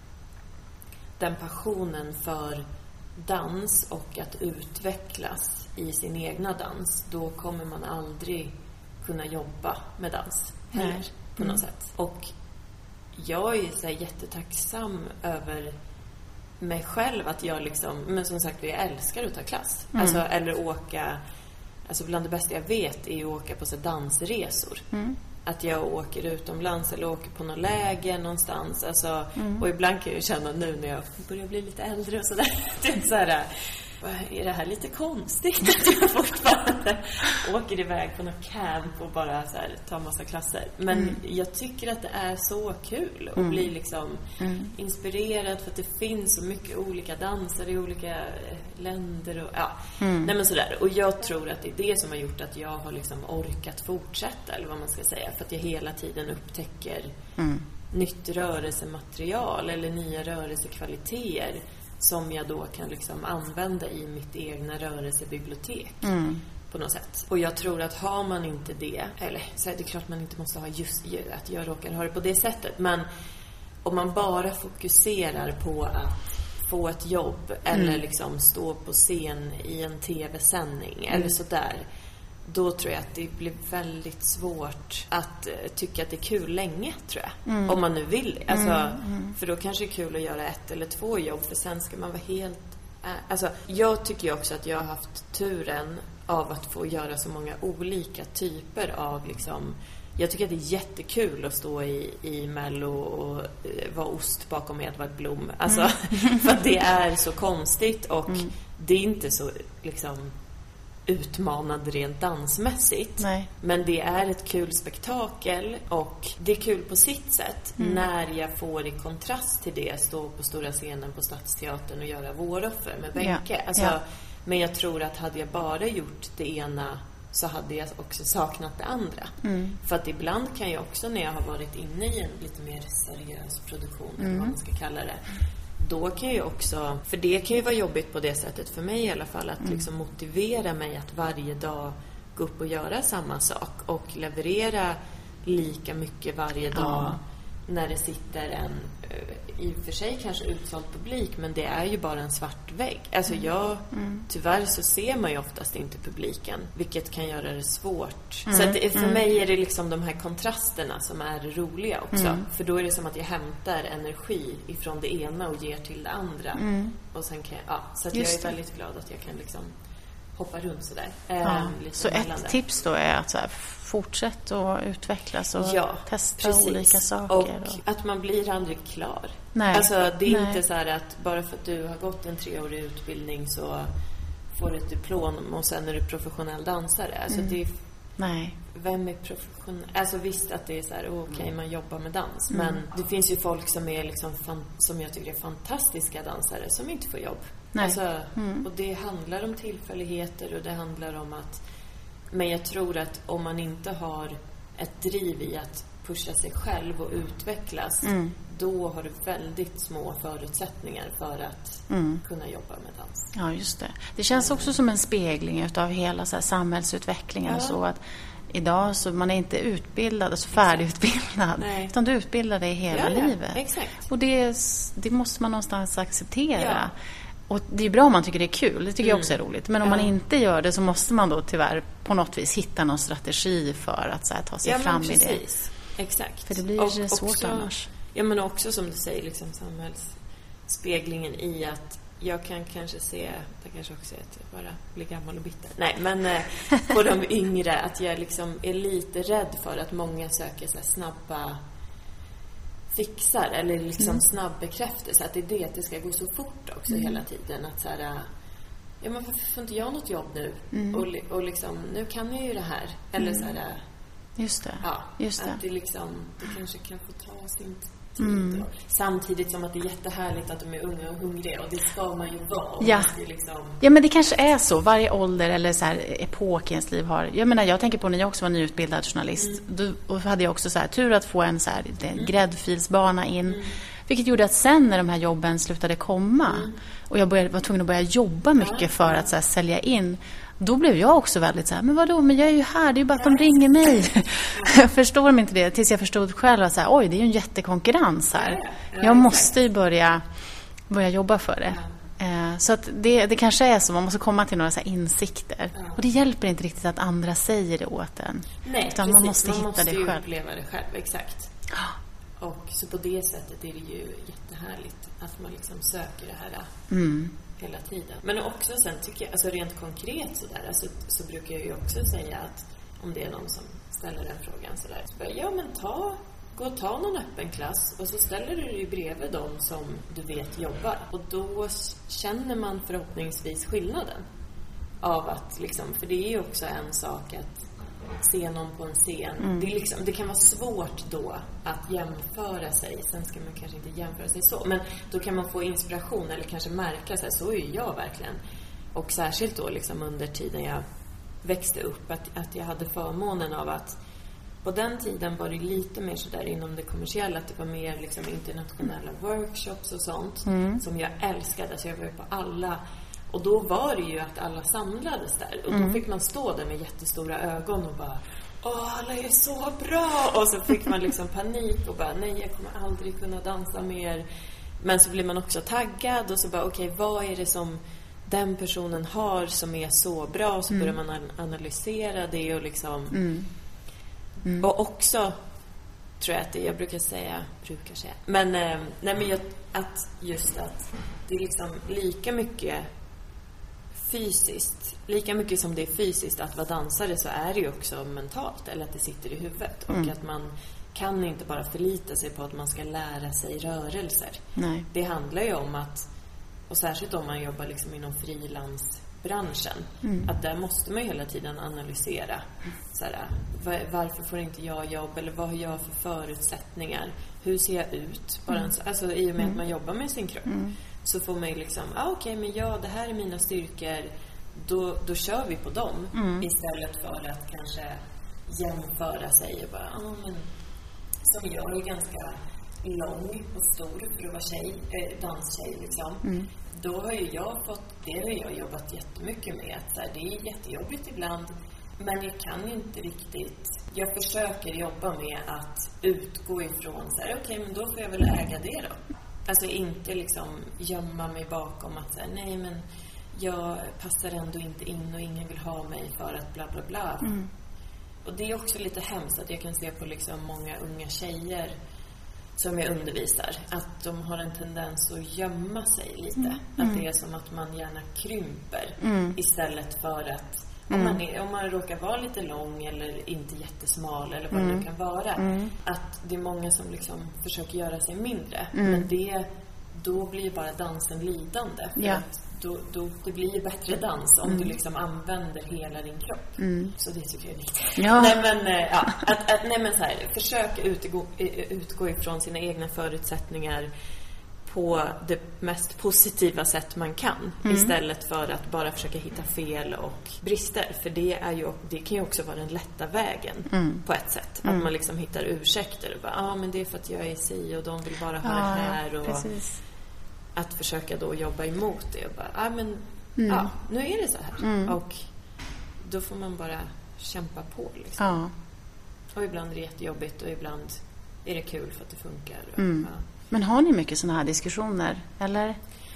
den passionen för dans och att utvecklas i sin egna dans, då kommer man aldrig kunna jobba med dans heller. Nej. På något mm. sätt. Och jag är så här jättetacksam över mig själv att jag liksom, men som sagt jag älskar att ta klass. Mm. Alltså, eller åka, alltså bland det bästa jag vet är att åka på så dansresor. Mm. Att jag åker utomlands eller åker på någon läger någonstans. Alltså, mm. och ibland kan jag känna nu när jag börjar bli lite äldre och sådär. Det så här, är det här lite konstigt att jag fortfarande åker iväg på något camp och bara så här, tar massa klasser. Men mm. jag tycker att det är så kul att mm. bli liksom mm. inspirerad för att det finns så mycket olika danser i olika länder och ja, mm. nej men sådär. Och jag tror att det är det som har gjort att jag har liksom orkat fortsätta, eller vad man ska säga, för att jag hela tiden upptäcker mm. nytt rörelsematerial eller nya rörelsekvaliteter som jag då kan liksom använda i mitt egna rörelsebibliotek mm. på något sätt. Och jag tror att har man inte det, eller så är det klart man inte måste ha just att jag råkar ha det på det sättet, men om man bara fokuserar på att få ett jobb eller mm. liksom stå på scen i en tv-sändning mm. eller sådär, då tror jag att det blir väldigt svårt att uh, tycka att det är kul länge, tror jag. Mm. Om man nu vill. Alltså, mm. Mm. För då kanske det är kul att göra ett eller två jobb, för sen ska man vara helt... Uh, alltså, jag tycker ju också att jag har haft turen av att få göra så många olika typer av liksom... Jag tycker att det är jättekul att stå i, i Mello och uh, vara ost bakom Edvard Blom. Alltså, mm. för att det är så konstigt och mm. det är inte så liksom... utmanad rent dansmässigt. Nej. Men det är ett kul spektakel och det är kul på sitt sätt mm. när jag får i kontrast till det stå på stora scenen på Stadsteatern och göra Våroffer med Benke. Ja. Alltså, ja. Men jag tror att hade jag bara gjort det ena så hade jag också saknat det andra. Mm. För att ibland kan jag också, när jag har varit inne i en lite mer seriös produktion mm. eller vad man ska kalla det, då kan jag också, för det kan ju vara jobbigt på det sättet för mig i alla fall, att mm. liksom motivera mig att varje dag gå upp och göra samma sak och leverera lika mycket varje dag ja. När det sitter en, i och för sig kanske utsåld publik, men det är ju bara en svart vägg. Alltså jag, mm. tyvärr så ser man ju oftast inte publiken, vilket kan göra det svårt. Mm. Så att det, för mm. mig är det liksom de här kontrasterna som är roliga också. Mm. För då är det som att jag hämtar energi ifrån det ena och ger till det andra. Mm. Och sen kan jag, ja, så att jag är väldigt glad att jag kan liksom hoppa runt sådär. Ja. Ähm, så ett tips då är att så här, fortsätt att utvecklas och ja, testa precis. Olika saker. Och, och att man blir aldrig klar. Nej. Alltså det är Nej. Inte så här att bara för att du har gått en treårig utbildning så får du ett diplom och sen är du professionell dansare. Alltså mm. det är, Nej. Vem är professionell? Alltså visst att det är så här, okej okay, man jobbar med dans. Mm. Men det finns ju folk som är liksom fan, som jag tycker är fantastiska dansare som inte får jobb. Nej. Alltså, mm. och det handlar om tillfälligheter och det handlar om att, men jag tror att om man inte har ett driv i att pusha sig själv och utvecklas mm. då har du väldigt små förutsättningar för att mm. kunna jobba med dans. Ja, just det. Det känns också som en spegling utav hela så här samhällsutvecklingen ja. Så att idag så man är inte utbildad, alltså färdigutbildad. Nej. Utan du utbildar dig hela ja, ja. livet. Exakt. Och det, det måste man någonstans acceptera. Ja. Och det är bra om man tycker det är kul. Det tycker mm. jag också är roligt. Men om ja. Man inte gör det så måste man då tyvärr på något vis hitta någon strategi för att så här, ta sig ja, fram i det. Exakt. För det blir och svårt också, annars. Ja, men också som du säger liksom samhällsspeglingen i att jag kan kanske se, det kanske också är att jag bara blir gammal och bitter. Nej, men eh, på de yngre att jag liksom är lite rädd för att många söker så här snabba fixar eller liksom mm. snabb bekräftelse, att det är det att det ska gå så fort också mm. hela tiden, att så här, ja men varför får inte jag något jobb nu mm. och, och liksom nu kan jag ju det här eller mm. så här, just det, ja, just det. Att det liksom det kanske kan få ta sin tid mm. samtidigt som att det är jättehärligt att de är unga och hungriga och det ska man ju vara. Ja. Liksom... ja, men det kanske är så. Varje ålder eller så här epok i ens liv har... Jag menar, jag tänker på när jag också var nyutbildad journalist. Mm. Då och hade jag också så här, tur att få en så här, mm. gräddfilsbana in. Mm. Vilket gjorde att sen när de här jobben slutade komma mm. och jag började, var tvungen att börja jobba mycket ja. För att så här, sälja in... Då blev jag också väldigt så här, men vadå, men jag är ju här, det är ju bara att de ringer mig. Förstår de inte det? Tills jag förstod själv så här, oj, det är ju en jättekonkurrens här. Jag måste ju börja, börja jobba för det. Så att det, det kanske är så, man måste komma till några så här insikter. Och det hjälper inte riktigt att andra säger det åt en. Nej, utan man måste man hitta måste det själv. Man måste ju uppleva det själv, exakt. Och så på det sättet är det ju jättehärligt att man liksom söker det här mm. hela tiden. Men också sen tycker jag, alltså rent konkret sådär, alltså, så brukar jag ju också säga att om det är någon som ställer den frågan sådär, så bara, ja men ta, gå och ta någon öppen klass och så ställer du dig bredvid dem som du vet jobbar. Och då känner man förhoppningsvis skillnaden av att liksom, för det är ju också en sak att se någon på en scen. Mm. Det, är liksom, det kan vara svårt då att jämföra sig. Sen ska man kanske inte jämföra sig så. Men då kan man få inspiration eller kanske märka så här, så är ju jag verkligen. Och särskilt då liksom under tiden jag växte upp. Att, att jag hade förmånen av att på den tiden var det lite mer så där inom det kommersiella. Att det var mer liksom internationella workshops och sånt. Mm. Som jag älskade. Så jag var på alla... Och då var det ju att alla samlades där. Och mm. då fick man stå där med jättestora ögon och bara, åh, alla är så bra. Och så fick man liksom panik och bara, nej, jag kommer aldrig kunna dansa mer. Men så blir man också taggad och så bara okej, okay, vad är det som den personen har som är så bra, så mm. börjar man analysera det och liksom mm. Mm. och också tror jag att det, jag brukar säga brukar säga men, eh, nej, men jag, att just att det är liksom lika mycket fysiskt, lika mycket som det är fysiskt att vara dansare, så är det ju också mentalt, eller att det sitter i huvudet mm. och att man kan inte bara förlita sig på att man ska lära sig rörelser. Nej. Det handlar ju om att, och särskilt om man jobbar liksom inom frilansbranschen, mm. att där måste man hela tiden analysera såhär, var, varför får inte jag jobb, eller vad har jag för förutsättningar, hur ser jag ut, bara en, alltså i och med mm. att man jobbar med sin kropp mm. så får man ju liksom, ah, okej okay, men ja, det här är mina styrkor, då, då kör vi på dem mm. istället för att kanske jämföra sig och bara, ah, men som jag är ganska lång och stor för att vara tjej, äh, danstjej liksom. Mm. Då har ju jag fått, det har jag jobbat jättemycket med, att så här, det är jättejobbigt ibland, men jag kan inte riktigt, jag försöker jobba med att utgå ifrån så här, okej, okay, men då får jag väl äga det då. Alltså inte liksom gömma mig bakom att så här, nej men jag passar ändå inte in och ingen vill ha mig för att bla bla bla. Mm. Och det är också lite hemskt att jag kan se på liksom många unga tjejer som jag undervisar, att de har en tendens att gömma sig lite. Mm. Att det är som att man gärna krymper mm. istället för att mm. om, man är, om man råkar vara lite lång eller inte jättesmal eller vad mm. det kan vara, mm. att det är många som liksom försöker göra sig mindre. Mm. Men det, då blir bara dansen lidande. För ja. att Då, då, det blir ju bättre dans om mm. du liksom använder hela din kropp. Mm. Så det tycker jag är viktigt. Ja. Nej men, ja, att, att, nej, men så här, försök utgå, utgå ifrån sina egna förutsättningar på det mest positiva sätt man kan. Mm. Istället för att bara försöka hitta fel och brister. För det, är ju, det kan ju också vara den lätta vägen mm. på ett sätt. Mm. Att man liksom hittar ursäkter. Ja, ah, men det är för att jag är si och de vill bara ha ah, det här. Och precis. Att försöka då jobba emot det och bara, ah, men mm. ja, nu är det så här. Mm. Och då får man bara kämpa på liksom. Ja. Och ibland är det jättejobbigt och ibland är det kul för att det funkar. Och, mm. ja. Men har ni mycket sådana här diskussioner, eller?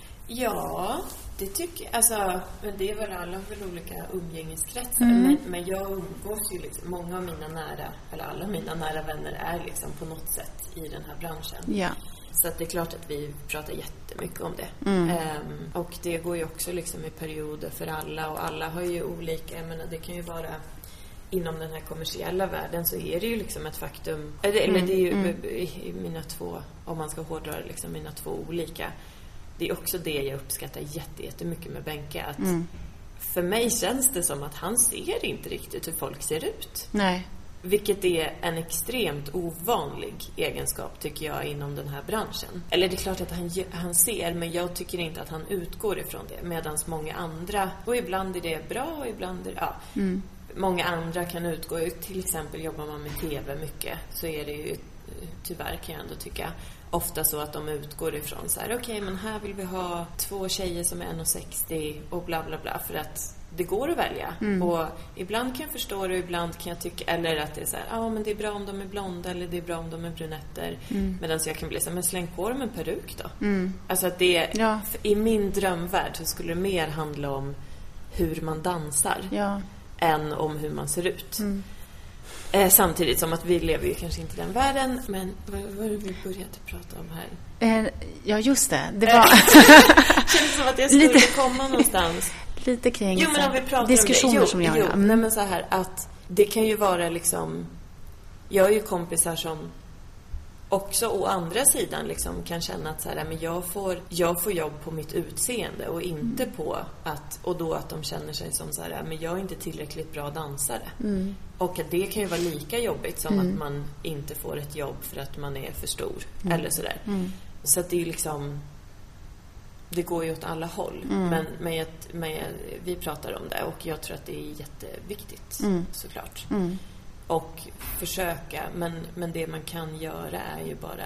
Ja, det tycker jag. Alltså, men det är väl alla väl olika umgängeskretsar. Mm. Men, men jag umgås ju liksom, många av mina nära, eller alla mina nära vänner är liksom på något sätt i den här branschen. Ja. Så att det är klart att vi pratar jättemycket om det. Mm. Um, och det går ju också liksom i perioder för alla. Och alla har ju olika, jag menar, det kan ju vara inom den här kommersiella världen så är det ju liksom ett faktum. Eller, mm. eller det är ju mm. i mina två, om man ska hårdra det, liksom mina två olika. Det är också det jag uppskattar jätte, jättemycket med Benke. Att mm. för mig känns det som att han ser inte riktigt hur folk ser ut. Nej. Vilket är en extremt ovanlig egenskap tycker jag inom den här branschen. Eller det är klart att han, han ser, men jag tycker inte att han utgår ifrån det. Medan många andra, och ibland är det bra och ibland är det, ja. Mm. Många andra kan utgå, till exempel jobbar man med tv mycket, så är det ju, tyvärr kan jag ändå tycka, ofta så att de utgår ifrån så här, okej okay, men här vill vi ha två tjejer som är en komma sextio och bla bla bla, för att det går att välja. Mm. Och ibland kan jag förstå det och ibland kan jag tycka, eller att det är så här, ja ah, men det är bra om de är blonda eller det är bra om de är brunetter. Mm. Medan jag kan bli så här, men släng på dem en peruk då. Mm. Alltså att det, ja. I min drömvärld så skulle det mer handla om hur man dansar ja. än om hur man ser ut. Mm. Eh, samtidigt som att vi lever ju kanske inte i den världen. Men vad var det vi började prata om här? Eh, ja, just det. Det var... känns som att jag skulle lite... komma någonstans. Lite kring jo, men om vi pratar diskussioner om det. Jo, som jag jo, gör. Nej, men så här att det kan ju vara liksom... Jag har ju kompisar som också å andra sidan liksom kan känna att så här, men jag får, jag får jobb på mitt utseende och inte mm. på att, och då att de känner sig som så här, men jag är inte tillräckligt bra dansare. Mm. Och att det kan ju vara lika jobbigt som mm. att man inte får ett jobb för att man är för stor mm. eller sådär. Mm. Så att det är liksom, det går ju åt alla håll. Mm. Men, men, jag, men jag, vi pratar om det och jag tror att det är jätteviktigt mm. såklart. Mm. Och försöka, men, men det man kan göra är ju bara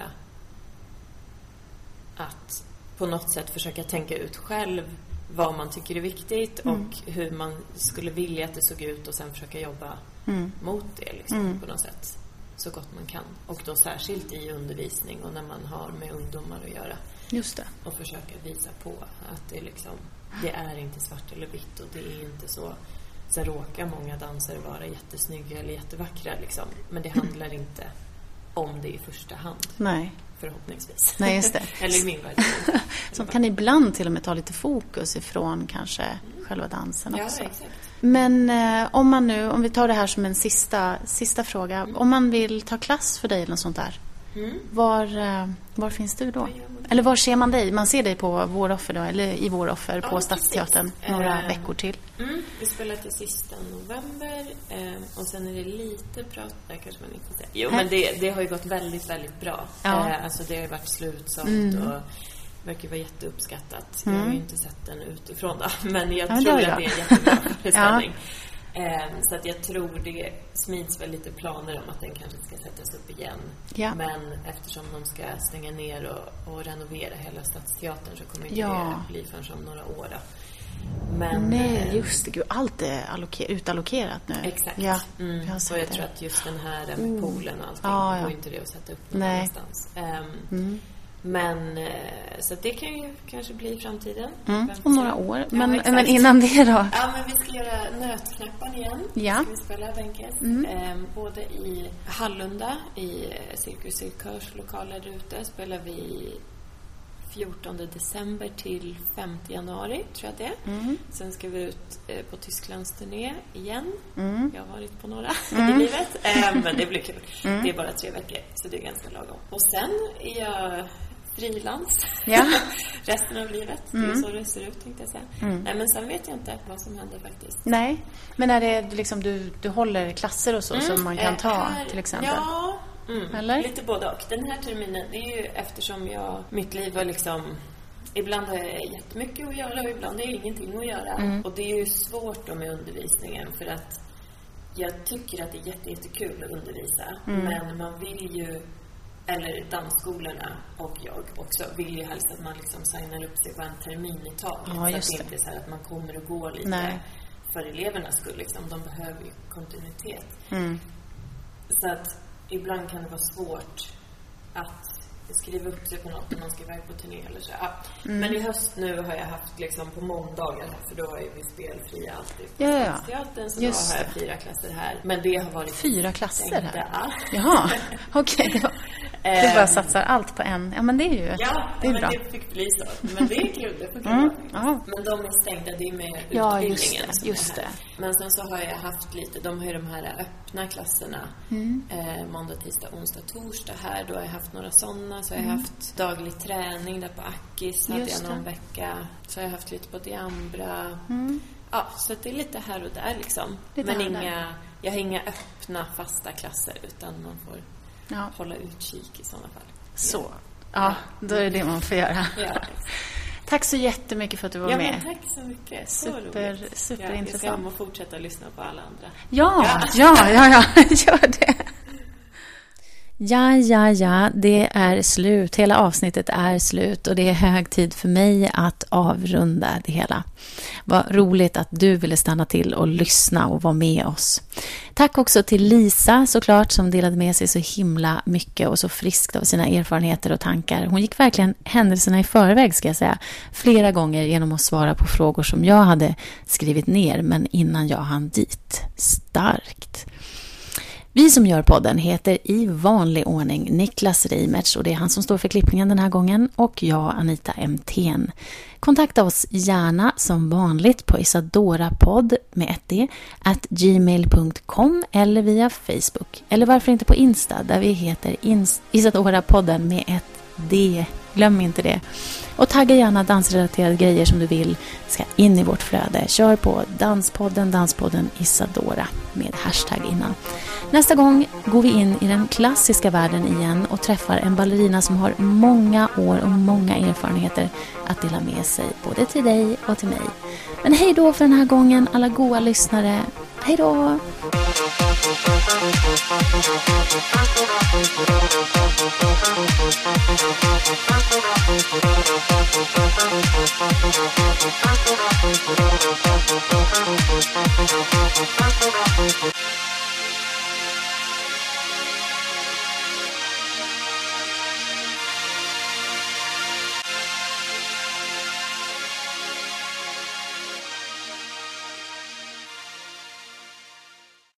att på något sätt försöka tänka ut själv vad man tycker är viktigt mm. och hur man skulle vilja att det såg ut och sen försöka jobba mm. mot det liksom, mm. på något sätt så gott man kan. Och då särskilt i undervisning och när man har med ungdomar att göra. Just det. Och försöka visa på att det, liksom, det är inte svart eller vitt och det är inte så. Sen råkar många dansare vara jättesnygga eller jättevackra. Liksom. Men det handlar mm. inte om det i första hand. Nej. Förhoppningsvis. Nej, just det. Eller i min värld. Som kan ibland till och med ta lite fokus ifrån kanske mm. själva dansen också. Ja, exakt. Men eh, om man nu, om vi tar det här som en sista, sista fråga. Mm. Om man vill ta klass för dig eller något sånt där. Mm. Var, eh, var finns du då? Eller var ser man dig? Man ser dig på Våroffer då, eller i Våroffer på ja, Stadsteatern några äh, veckor till. Mm, vi spelar till sista november eh, och sen är det lite prat där kanske man inte säger. Jo, men det, det har ju gått väldigt, väldigt bra. Ja. Eh, alltså det har ju varit slutsålt mm. och verkar vara jätteuppskattat. Mm. Jag har ju inte sett den utifrån då, men jag ja, tror att det är jättebra föreställning. Ja. Så att jag tror det smids väl lite planer om att den kanske ska sättas upp igen. Ja. Men eftersom de ska stänga ner och, och renovera hela Stadsteatern så kommer inte ja. det bli förrän om några år. Då. Men, Nej, just det. Gud, allt är alloker- utallokerat nu. Exakt. Ja. Mm. Jag och jag det. tror att just den här med mm. poolen och allting, ah, ja. går inte det att sätta upp någon Nej. annanstans. Um, mm. Men så det kan ju kanske bli i framtiden. Mm, om några år. Men, ja, men innan det då? Ja, men vi ska göra Nötknäpparen igen. Ja. Ska vi spela den mm. ehm, både i Hallunda, i Cirkus Cirkörs lokaler där ute, spelar vi fjortonde december till femte januari, tror jag det. Mm. Sen ska vi ut eh, på Tysklands turné igen. Mm. Jag har varit på några mm. i livet. Eh, men det blir kul. Mm. Det är bara tre veckor, så det är ganska lagom. Och sen är jag frilans ja. resten av livet. Mm. Det är så det ser ut, tänkte jag säga. Mm. Nej, men sen vet jag inte vad som händer faktiskt. Nej, men är det liksom du, du håller klasser och så mm. som man kan ta här, till exempel? Ja, mm. Eller? Lite både och. Den här terminen, det är ju eftersom jag, mitt liv var liksom, ibland har jag jättemycket att göra och ibland är det ingenting att göra. Mm. Och det är ju svårt då med undervisningen för att jag tycker att det är jätte, jättekul att undervisa. Mm. Men man vill ju, eller dansskolorna och jag också vill ju helst att man liksom signar upp sig på en termin i taget. Ja, just så att det inte är så här att man kommer och går lite. Nej. För elevernas skull liksom. De behöver ju kontinuitet. Mm. Så att ibland kan det vara svårt att skriva upp sig på något när man ska iväg på turné eller så. Ja. Mm. Men i höst nu har jag haft liksom på måndagar, för då har ju vi spelfria alltid på ja, ja. teatern, så Just då har jag fyra klasser här. Men det har varit fyra klasser här? Jaha, okej. Okay. Du bara satsar allt på en. Ja, men det är ju ja, det är men bra. det fick bli så. Men det är kul, det funkar mm. bra. Men de är stängda, det är med ja, utbildningen. Just det, just det. Men sen så har jag haft lite, de har ju de här öppna klasserna. Mm. Eh, måndag, tisdag, onsdag, torsdag här. Då har jag haft några sådana. Så har jag haft daglig träning där på Akis. Hade jag någon vecka. Så har jag haft lite på Diambra. Mm. Ja, så det är lite här och där liksom. Lite men inga, där. Jag har inga öppna fasta klasser utan man får ja. hålla utkik i sådana fall. Så, ja, då är det det man får göra. Ja. Tack så jättemycket för att du var ja, med. Men tack så mycket. Så Super, roligt. superintressant. Ja, jag ska hem och fortsätta lyssna på alla andra. Ja, ja, ja, ja, ja. Gör det. Ja, ja, ja, det är slut. Hela avsnittet är slut och det är hög tid för mig att avrunda det hela. Vad roligt att du ville stanna till och lyssna och vara med oss. Tack också till Lisa såklart som delade med sig så himla mycket och så friskt av sina erfarenheter och tankar. Hon gick verkligen händelserna i förväg ska jag säga. Flera gånger genom att svara på frågor som jag hade skrivit ner men innan jag hann dit. Starkt. Vi som gör podden heter i vanlig ordning Niklas Reimertz och det är han som står för klippningen den här gången och jag Anita M T N. Kontakta oss gärna som vanligt på isadorapodd med ett d at gmail punkt com eller via Facebook eller varför inte på Insta där vi heter Isadorapodden med ett d. Glöm inte det. Och tagga gärna dansrelaterade grejer som du vill ska in i vårt flöde. Kör på Danspodden, Danspodden Isadora med hashtag innan. Nästa gång går vi in i den klassiska världen igen och träffar en ballerina som har många år och många erfarenheter att dela med sig både till dig och till mig. Men hej då för den här gången alla goa lyssnare. Hej då! Thank you.